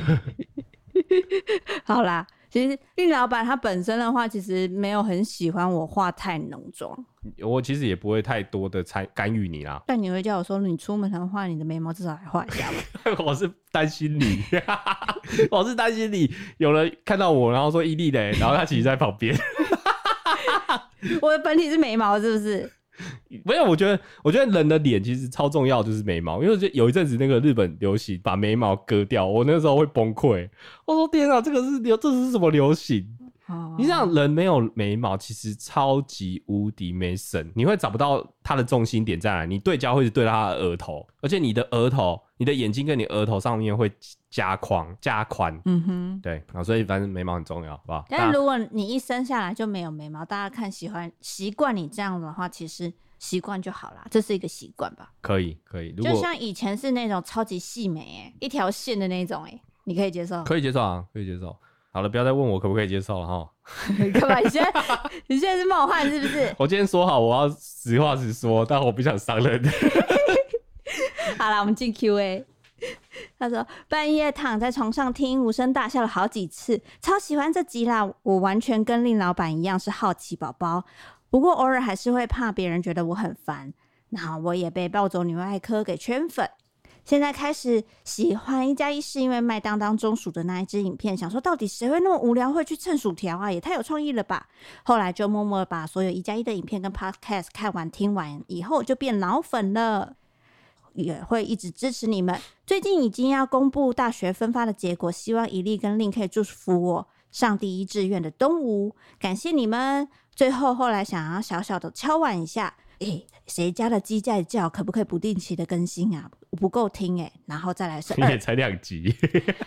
好啦，其实令老板他本身的话，其实没有很喜欢我画太浓妆。 我其实也不会太多的干预你啦。 但你会叫我说，你出门常画你的眉毛，至少还画一下吧。 我是担心你，我是担心你有人看到我，然后说伊利嘞，然后他其实在旁边。 我的本体是眉毛，是不是？ 没有，我觉得人的脸其实超重要，就是眉毛。因为有一阵子那个日本流行把眉毛割掉，我那时候会崩溃。我说天啊，这是什么流行？你想人没有眉毛，其实超级无敌没神，你会找不到他的重心点在哪。你对焦会是对到他的额头，而且你的眼睛跟你额头上面会加宽。对，所以反正眉毛很重要，好不好？ 但是如果你一生下来就没有眉毛，大家看习惯你这样的话，其实习惯就好啦，这是一个习惯吧？ 可以。 就像以前是那种超级细眉一条线的那种你可以接受？ 可以接受啊，可以接受。好了，不要再问我可不可以接受了哈。 干嘛？你现在是冒汗是不是？ 我今天说好我要实话实说，但我不想伤人。 好啦，我们进 Q&A。他说半夜躺在床上听，无声大笑了好几次，超喜欢这集啦！我完全跟令老板一样是好奇宝宝，不过偶尔还是会怕别人觉得我很烦。然后我也被暴走女外科给圈粉。 现在开始喜欢1+1是因为麦当当中薯的那一支影片，想说到底谁会那么无聊会去蹭薯条啊，也太有创意了吧。后来就默默把所有1+1的影片跟 podcast 看完听完以后就变脑粉了，也会一直支持你们。最近已经要公布大学分发的结果，希望一粒跟令可以祝福我上第一志愿的东吴，感谢你们。最后来想要小小的敲碗一下，谁家的鸡在叫，可不可以不定期的更新啊？不够听然后再来是 2，也才2集。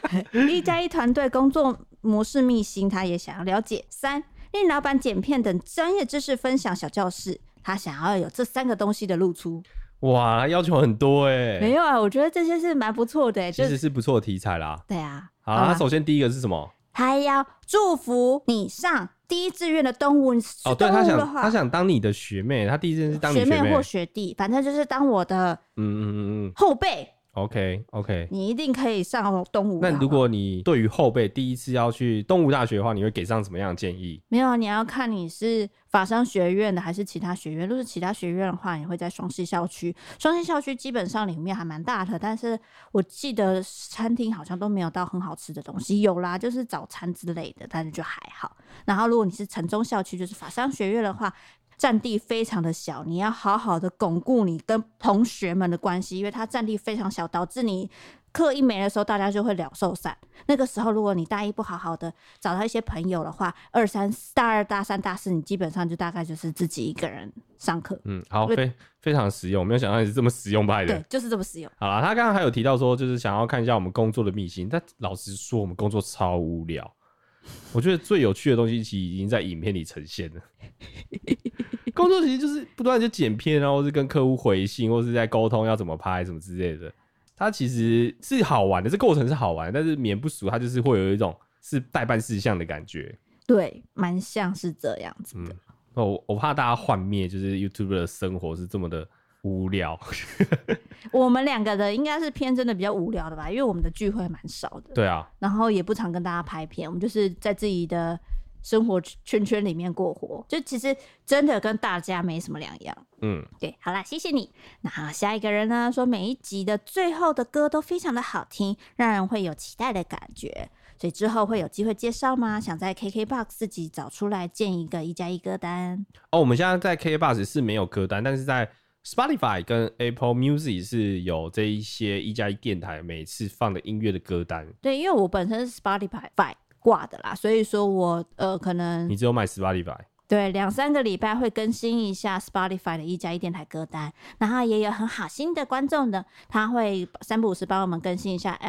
1+1团队工作模式秘辛，他也想要了解。3，令老板剪片等专业知识分享小教室，他想要有这3个东西的露出。 哇，要求很多没有啊，我觉得这些是蛮不错的其实是不错的题材啦。 对啊， 好，那首先第一个是什么？ 他要祝福你上第一志愿的东吴。 对，他想当你的学妹，他第一志愿是当你学妹或学弟，反正就是当我的后辈。 OK， 你一定可以上东吴。 那如果你对于后辈第一次要去东吴大学的话，你会给上什么样的建议？ 没有，你要看你是法商学院的还是其他学院。如果是其他学院的话，你会在双溪校区。双溪校区基本上里面还蛮大的，但是我记得餐厅好像都没有到很好吃的东西，有啦，就是早餐之类的，但是就还好。然后如果你是城中校区，就是法商学院的话，占地非常的小，你要好好的巩固你跟同学们的关系，因为它占地非常小，导致你课一没的时候，大家就会鸟兽散。那个时候，如果你大一不好好的找到一些朋友的话，大二、大三、大四，你基本上就大概就是自己一个人上课。 好，非常实用，没有想到你是这么实用派的。 对，就是这么实用。 好啦，他刚刚还有提到说，就是想要看一下我们工作的秘辛，但老实说，我们工作超无聊。我觉得最有趣的东西其实已经在影片里呈现了。工作其实就是不断就剪片啊，或是跟客户回信，或是在沟通要怎么拍什么之类的。它其实是好玩的，这过程是好玩的，但是免不俗它就是会有一种是代办事项的感觉。 对，蛮像是这样子的。 我怕大家幻灭，就是 YouTuber 的生活是这么的无聊。 我们2个的应该是偏真的比较无聊的吧，因为我们的聚会蛮少的。 对啊， 然后也不常跟大家拍片，我们就是在自己的生活圈里面过活，就其实真的跟大家没什么两样。对，好啦，谢谢你。那下一个人呢说，每一集的最后的歌都非常的好听，让人会有期待的感觉。所以之后会有机会介绍吗？想在 KKBOX 自己找出来建一个1+1歌单。 我们现在在 KKBOX 是没有歌单，但是在 Spotify 跟 Apple Music 是有这一些1+1电台每次放的音乐的歌单。 对，因为我本身是 Spotify 挂的啦，所以说我可能你只有买 Spotify。 对，2-3个礼拜会更新一下 Spotify 的1+1电台歌单，然后也有很好心的观众的，他会3不5时帮我们更新一下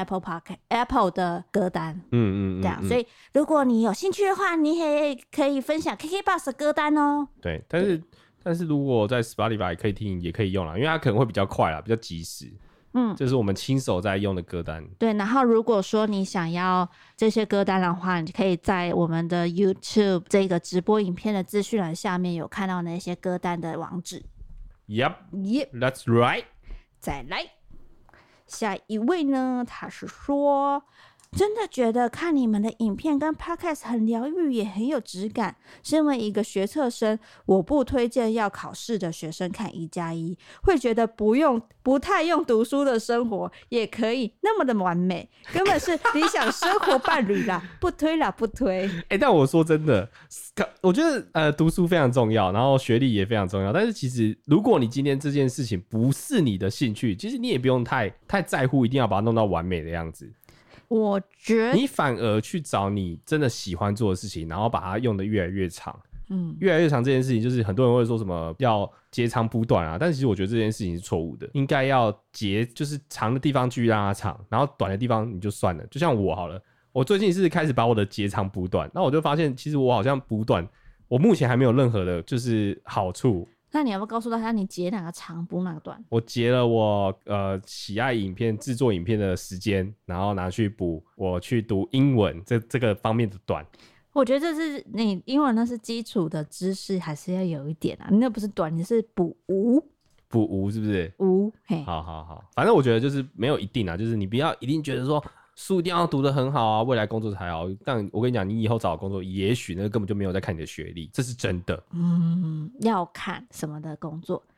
Apple 的歌单。这样，所以如果你有兴趣的话，你也可以分享 KKBOX 的歌单哦。 对，但是如果在 Spotify 可以听，也可以用啦，因为它可能会比较快啦，比较及时。这是我们亲手在用的歌单。 对，然后如果说你想要这些歌单的话，你可以在我们的 YouTube 这个直播影片的资讯栏下面有看到那些歌单的网址。 Yep, that's right。 再来，下一位呢，他是说，真的觉得看你们的影片跟 podcast 很疗愈，也很有质感。身为一个学测生，我不推荐要考试的学生看1+1，会觉得不太用读书的生活也可以那么的完美，根本是理想生活伴侣啦，不推啦，不推。 但我说真的，我觉得读书非常重要，然后学历也非常重要。但是其实如果你今天这件事情不是你的兴趣，其实你也不用太在乎，一定要把它弄到完美的样子。 我觉得你反而去找你真的喜欢做的事情，然后把它用得越来越长。越来越长这件事情，就是很多人会说什么要截长补短啊，但其实我觉得这件事情是错误的，应该要就是长的地方继续让它长，然后短的地方你就算了。就像我好了，我最近是开始把我的截长补短，那我就发现其实我好像补短，我目前还没有任何的就是好处。 那你要不要告诉大家你截哪个长补哪个短？ 我截了我喜爱影片制作影片的时间，然后拿去补我去读英文这个方面的短。 我觉得这是你英文那是基础的知识，还是要有一点啊。你那不是短，你是补无是不是？ 嘿， 好，反正我觉得就是没有一定啊，就是你不要一定觉得说书一定要读得很好啊，未来工作才好。但我跟你讲，你以后找工作，也许那个根本就没有在看你的学历，这是真的。 要看什么的工作。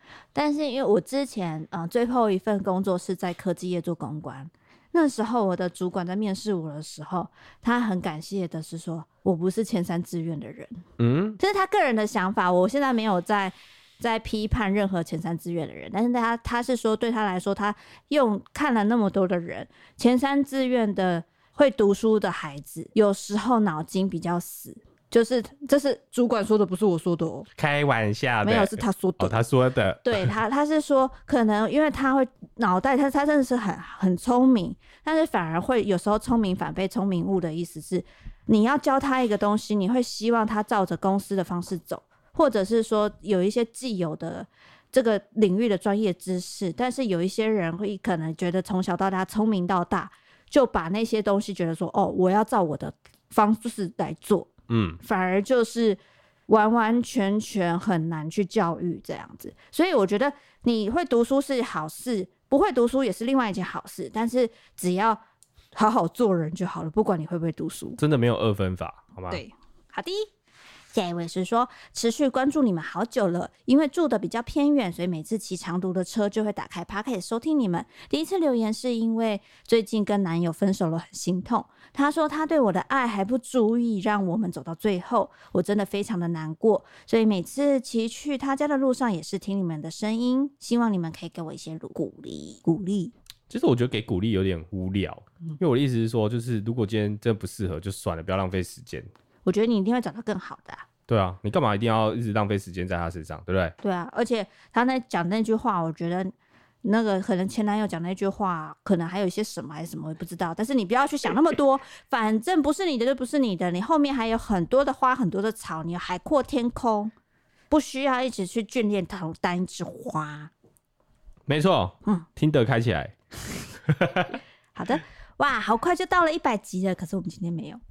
但是因为我之前最后一份工作是在科技业做公关，那时候我的主管在面试我的时候，他很感谢的是说我不是前3志愿的人，这是他个人的想法，我现在没有在批判任何前3志愿的人，但是他是说对他来说，他看了那么多的人，前3志愿的会读书的孩子有时候脑筋比较死，就是这是主管说的，不是我说的哦， 开玩笑的， 没有，是他说的， 他说的， 对，他是说可能因为他会脑袋他真的是很聪明，但是反而会有时候聪明反被聪明误的意思是，你要教他一个东西，你会希望他照着公司的方式走，或者是说有一些既有的这个领域的专业知识，但是有一些人会可能觉得从小到大聪明到大，就把那些东西觉得说我要照我的方式来做，反而就是完完全全很难去教育这样子。所以我觉得你会读书是好事，不会读书也是另外一件好事，但是只要好好做人就好了，不管你会不会读书， 真的没有2分法，好吗？ 对，好的。下一位是说持续关注你们好久了，因为住的比较偏远，所以每次骑长途的车就会打开 Podcast 收听你们。第一次留言是因为最近跟男友分手了，很心痛。他说他对我的爱还不足以让我们走到最后，我真的非常的难过，所以每次骑去他家的路上也是听你们的声音，希望你们可以给我一些鼓励。 其实我觉得给鼓励有点无聊，因为我的意思是说，就是如果今天真的不适合就算了，不要浪费时间。 我觉得你一定会找到更好的对啊，你干嘛一定要一直浪费时间在他身上，对不对？ 对啊，而且他讲那句话，我觉得那个可能前男友讲那句话，可能还有一些什么还是什么，我也不知道。但是你不要去想那么多，反正不是你的就不是你的，你后面还有很多的花，很多的草，你海阔天空，不需要一直去眷恋单一枝花。 没错，听得开起来。 好的，哇，好快就到了100集了，可是我们今天没有。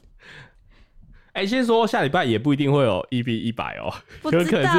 先说下礼拜也不一定会有 EP100哦，有可能是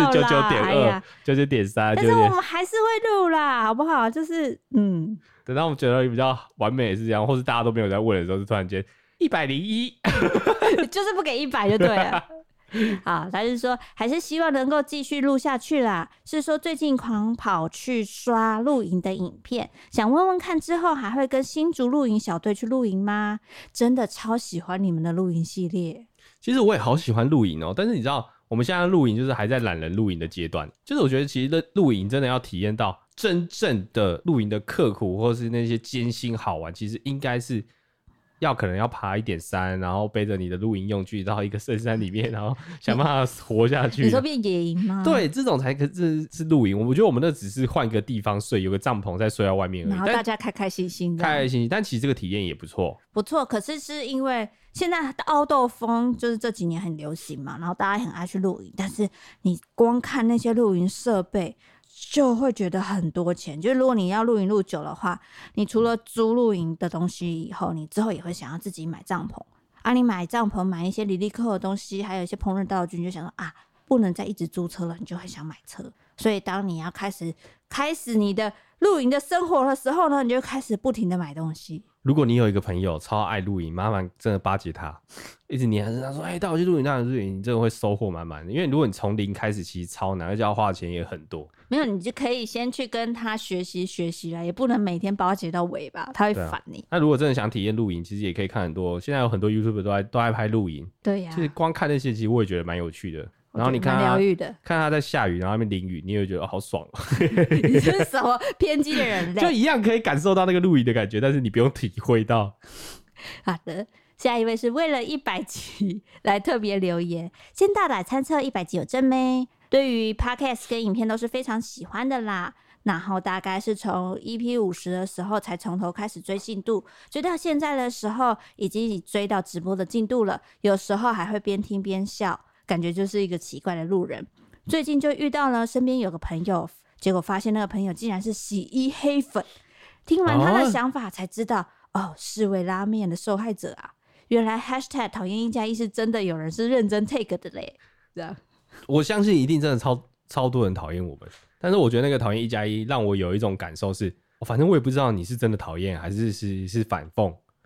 99.2、99.3， 但是我们还是会录啦，好不好？就是等到我们觉得比较完美是这样，或是大家都没有在问的时候，就突然间101， 就是不给100就对了。好，他是说还是希望能够继续录下去啦。是说最近狂跑去刷露营的影片，想问问看之后还会跟新竹露营小队去露营吗？真的超喜欢你们的露营系列。 其实我也好喜欢露营哦，但是你知道我们现在露营就是还在懒人露营的阶段，就是我觉得其实露营真的要体验到真正的露营的刻苦或是那些艰辛好玩，其实应该是可能要爬一点山，然后背着你的露营用具到一个深山里面，然后想办法活下去。 你说变野营吗？ 对，这种才是露营。我觉得我们那只是换个地方睡，有个帐篷再睡在外面而已， 然后大家开开心心的， 开开心心。但其实这个体验也不错， 不错。可是是因为现在凹豆风就是这几年很流行嘛，然后大家很爱去露营，但是你光看那些露营设备就会觉得很多钱。就是如果你要露营露久的话，你除了租露营的东西以后，你之后也会想要自己买帐篷啊。你买帐篷，买一些里里扣的东西，还有一些烹饪道具，你就想说不能再一直租车了，你就会想买车。所以当你要开始你的露营的生活的时候呢，你就开始不停的买东西。 如果你有一个朋友超爱露营，麻烦真的巴结他，一直黏着他说带我去露营，带我去露营，你真的会收获满满的。因为如果你从零开始，其实超难，而且要花的钱也很多。没有，你就可以先去跟他学习啦，也不能每天巴结到尾吧，他会烦你。 那如果真的想体验露营，其实也可以看很多，现在有很多 YouTuber 都在拍露营。 对呀， 其实光看那些，其实我也觉得蛮有趣的。然后你看他在下雨，然后那边淋雨，你也会觉得好爽。 你是什么偏激的人类？ 就一样可以感受到那个露营的感觉，但是你不用体会到。 好的，下一位是为了100集来特别留言，先大胆参测100集有真没？对于 Podcast 跟影片都是非常喜欢的啦。然后大概是从 EP50 的时候才从头开始追进度，追到现在的时候已经追到直播的进度了，有时候还会边听边笑，感觉就是一个奇怪的路人。最近就遇到了身边有个朋友，结果发现那个朋友竟然是洗衣黑粉。听完他的想法才知道，世味拉面的受害者啊！原来 #讨厌1+1是真的有人是认真 take 的嘞。这样， 我相信一定真的超多人讨厌我们，但是我觉得那个讨厌1+1让我有一种感受是，反正我也不知道你是真的讨厌还是反讽。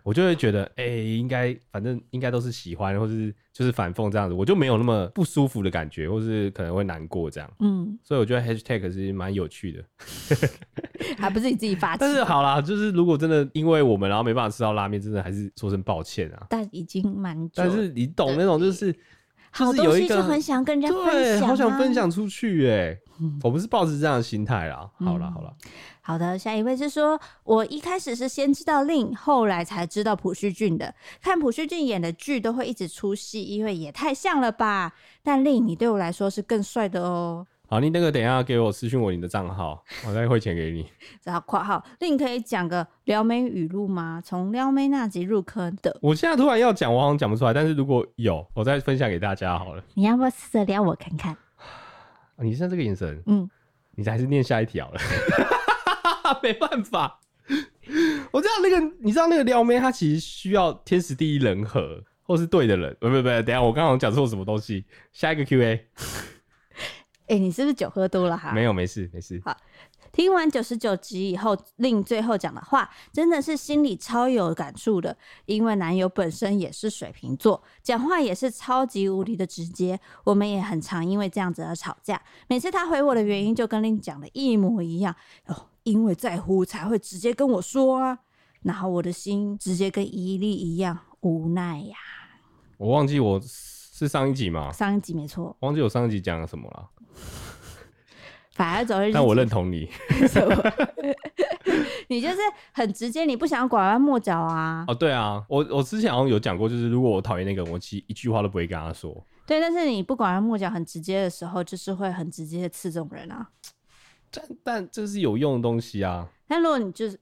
我就会觉得应该反正应该都是喜欢，或是就是反讽这样子，我就没有那么不舒服的感觉，或是可能会难过这样。所以我觉得 hashtag 是蛮有趣的。 还不是你自己发起。 但是好啦，就是如果真的因为我们然后没办法吃到拉面，真的还是说声抱歉啊。 但已经蛮久， 但是你懂那种就是好东西就很想跟人家分享、啊， 对，好想分享出去我不是抱着这样的心态啦。好啦好的，下一位是说，我一开始是先知道令，后来才知道朴叙俊的。看朴叙俊演的剧都会一直出戏，因为也太像了吧。但令你对我来说是更帅的哦。 好，你那个等一下给我私讯我你的账号，我再汇钱给你。 然后括号，令可以讲个撩妹语录吗？从撩妹那集入坑的。 我现在突然要讲，我好像讲不出来，但是如果有，我再分享给大家好了。 你要不要试着撩我看看？ 你现在这个眼神，你还是念下一题好了。没办法，我知道你知道那个撩妹，她其实需要天时地利人和，或是对的人。不，等一下我刚刚讲错什么东西。下一个 Q&A。 你是不是酒喝多了哈？ 没有，没事。 好，听完99集以后，令最后讲的话真的是心里超有感触的，因为男友本身也是水瓶座，讲话也是超级无敌的直接，我们也很常因为这样子而吵架。每次他回我的原因就跟令讲的一模一样，因为在乎才会直接跟我说啊，然后我的心直接跟伊利一样无奈呀。 我忘记我是上一集吗？ 上一集没错， 忘记我上一集讲了什么了。 反而走日， 但我认同你。 你就是很直接，你不想要拐弯抹角啊。 对啊，我之前好像有讲过，就是如果我讨厌那个人，我其实一句话都不会跟他说。 对，但是你不拐弯抹角很直接的时候，就是会很直接的刺这种人啊。 但这是有用的东西啊。 但如果你就是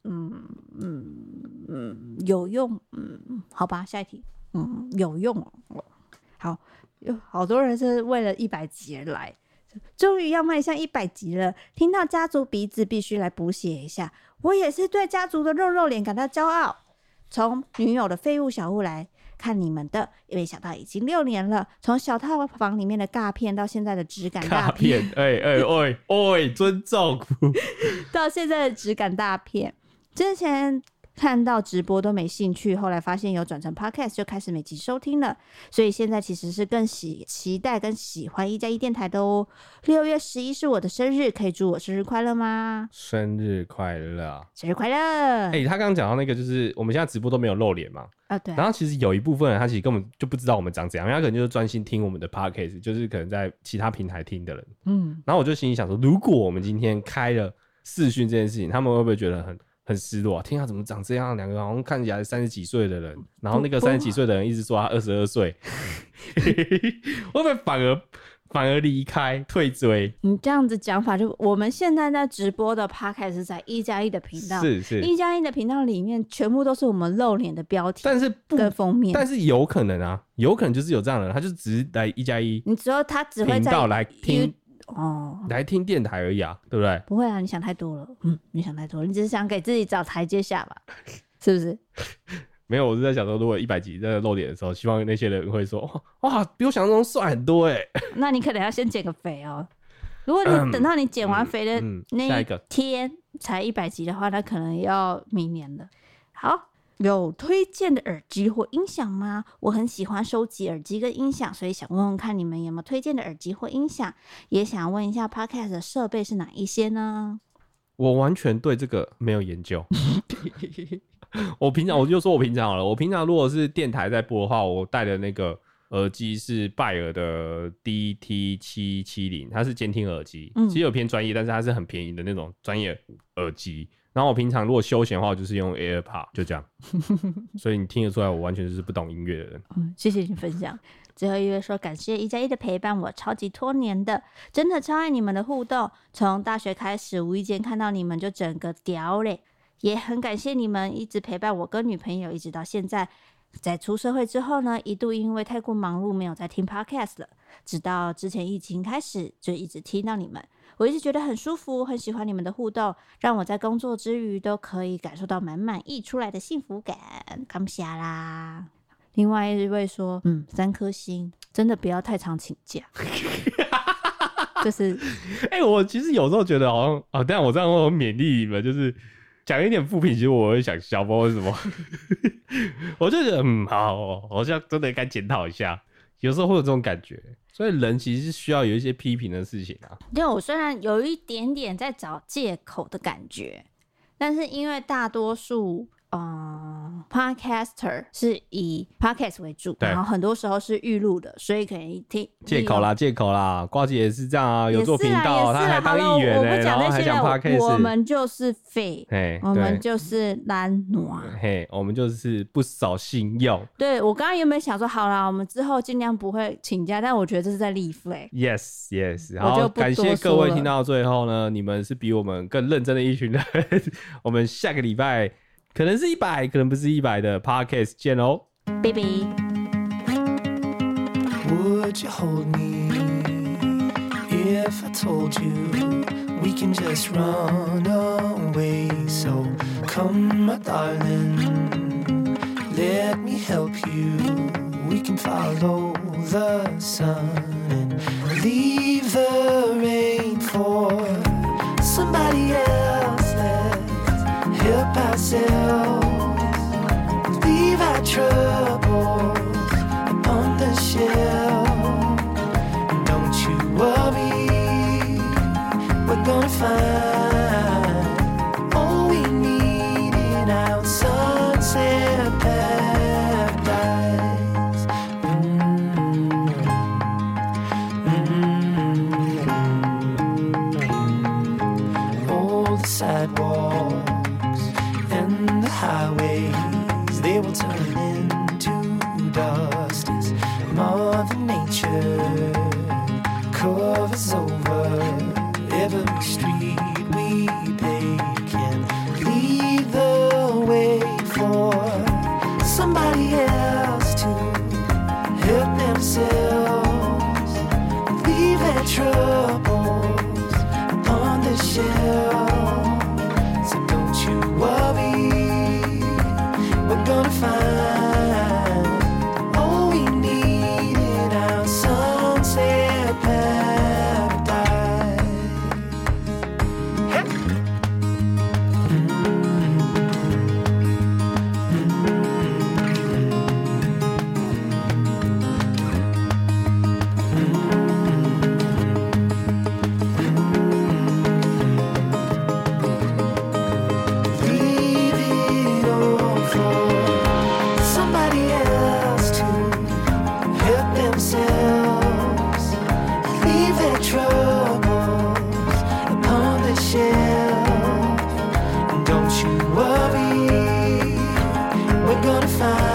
有用，好吧，下一题，有用好，有好多人是为了100集而来。终于要迈向100集了，听到家族鼻子必须来补血一下。我也是对家族的肉脸感到骄傲。从女友的废物小物来看你们的，没想到已经6年了。从小套房里面的尬片到现在的质感大片， 尊重， 到现在的质感大片。之前看到直播都没兴趣，后来发现有转成 podcast 就开始每集收听了，所以现在其实是更期待跟喜欢1+1电台的哦。6月11是我的生日，可以祝我生日快乐吗？ 生日快乐， 生日快乐！ 他刚刚讲到那个，就是我们现在直播都没有露脸嘛， 对。 然后其实有一部分人他其实根本就不知道我们长怎样，因为他可能就是专心听我们的 podcast， 就是可能在其他平台听的人。然后我就心里想说，如果我们今天开了视讯这件事情，他们会不会觉得很失落啊？天啊，怎么长这样？两个好像看起来30几岁的人，然后那个30几岁的人一直说他22岁，会不会反而离开退追？ 你这样子讲法，就我们现在在直播的 podcast 是在1+1的频道， 是 1+1的频道里面全部都是我们露脸的标题， 但是跟封面， 但是有可能啊，有可能就是有这样的人，他就只是来1+1， 你只有他只会在频道来听。来听电台而已啊，对不对？ 不会啊，你想太多了。你想太多了，你只是想给自己找台阶下吧，是不是？ 没有，我是在想说，如果100集在露脸的时候，希望那些人会说，哇，比我想象中帅很多那你可能要先减个肥哦。如果你等到你减完肥的那一天才100集的话，那可能要明年了。好。有推荐的耳机或音响吗？我很喜欢收集耳机跟音响，所以想问问看你们有没有推荐的耳机或音响，也想问一下 Podcast 的设备是哪一些呢？ 我完全对这个没有研究。我就说我平常好了，我平常如果是电台在播的话，我戴的那个耳机是拜耳的 DT770， 它是监听耳机，其实有偏专业，但是它是很便宜的那种专业耳机。然后我平常如果休闲的话，我就是用 AirPod， 就这样。所以你听得出来，我完全就是不懂音乐的人。 谢谢你分享。最后一位说，感谢1+1的陪伴，我超级多年的，真的超爱你们的互动。从大学开始，无意间看到你们就整个屌嘞，也很感谢你们一直陪伴我跟女朋友，一直到现在。在出社会之后呢，一度因为太过忙碌，没有再听 podcast 了。直到之前疫情开始，就一直听到你们。我一直觉得很舒服，很喜欢你们的互动，让我在工作之余都可以感受到满满溢出来的幸福感。感谢啦！另外一位说，3颗星，真的不要太常请假。就是， 我其实有时候觉得好像但我这样会勉励你们，就是讲一点负评，其实我会想笑，不知道为什么。我就觉得好，好像真的该检讨一下，有时候会有这种感觉。所以人其实是需要有一些批评的事情啊。 因为我虽然有一点点在找借口的感觉，但是因为大多数podcaster 是以 podcast 为主，然后很多时候是预录的，所以可以听借口啦，呱吉也是这样啊，有做频道，他还当议员呢，然后还讲 podcast， 我们就是废，我们就是懒惰， 我们就是不守信用。 对，我刚刚原本想说，好啦，我们之后尽量不会请假，但我觉得这是在立 flag。Yes， 然后感谢各位听到最后呢，你们是比我们更认真的一群人。我们下个礼拜。可能是100，可能不是100的 Podcast 见喽 ，baby。 Would you hold me if I told you we can just run away? So come, my darling, let me help you. We can follow the sun and leave the rain for somebody else. Help ourselves, leave our troubles on the shelf. Don't you worry, we're gonna find all we need in our sunset paradise. All the sidewalks and the highways, they will turn into dust as Mother Nature covers over every street we take and lead the way for somebody else to help themselves, leave their troubles on the shelf. So don't you worry, we're gonna find all we need in our sunset paradise. Leave it all for somebody else to help themselves, leave their troubles upon the shelf. And don't you worry, we're gonna find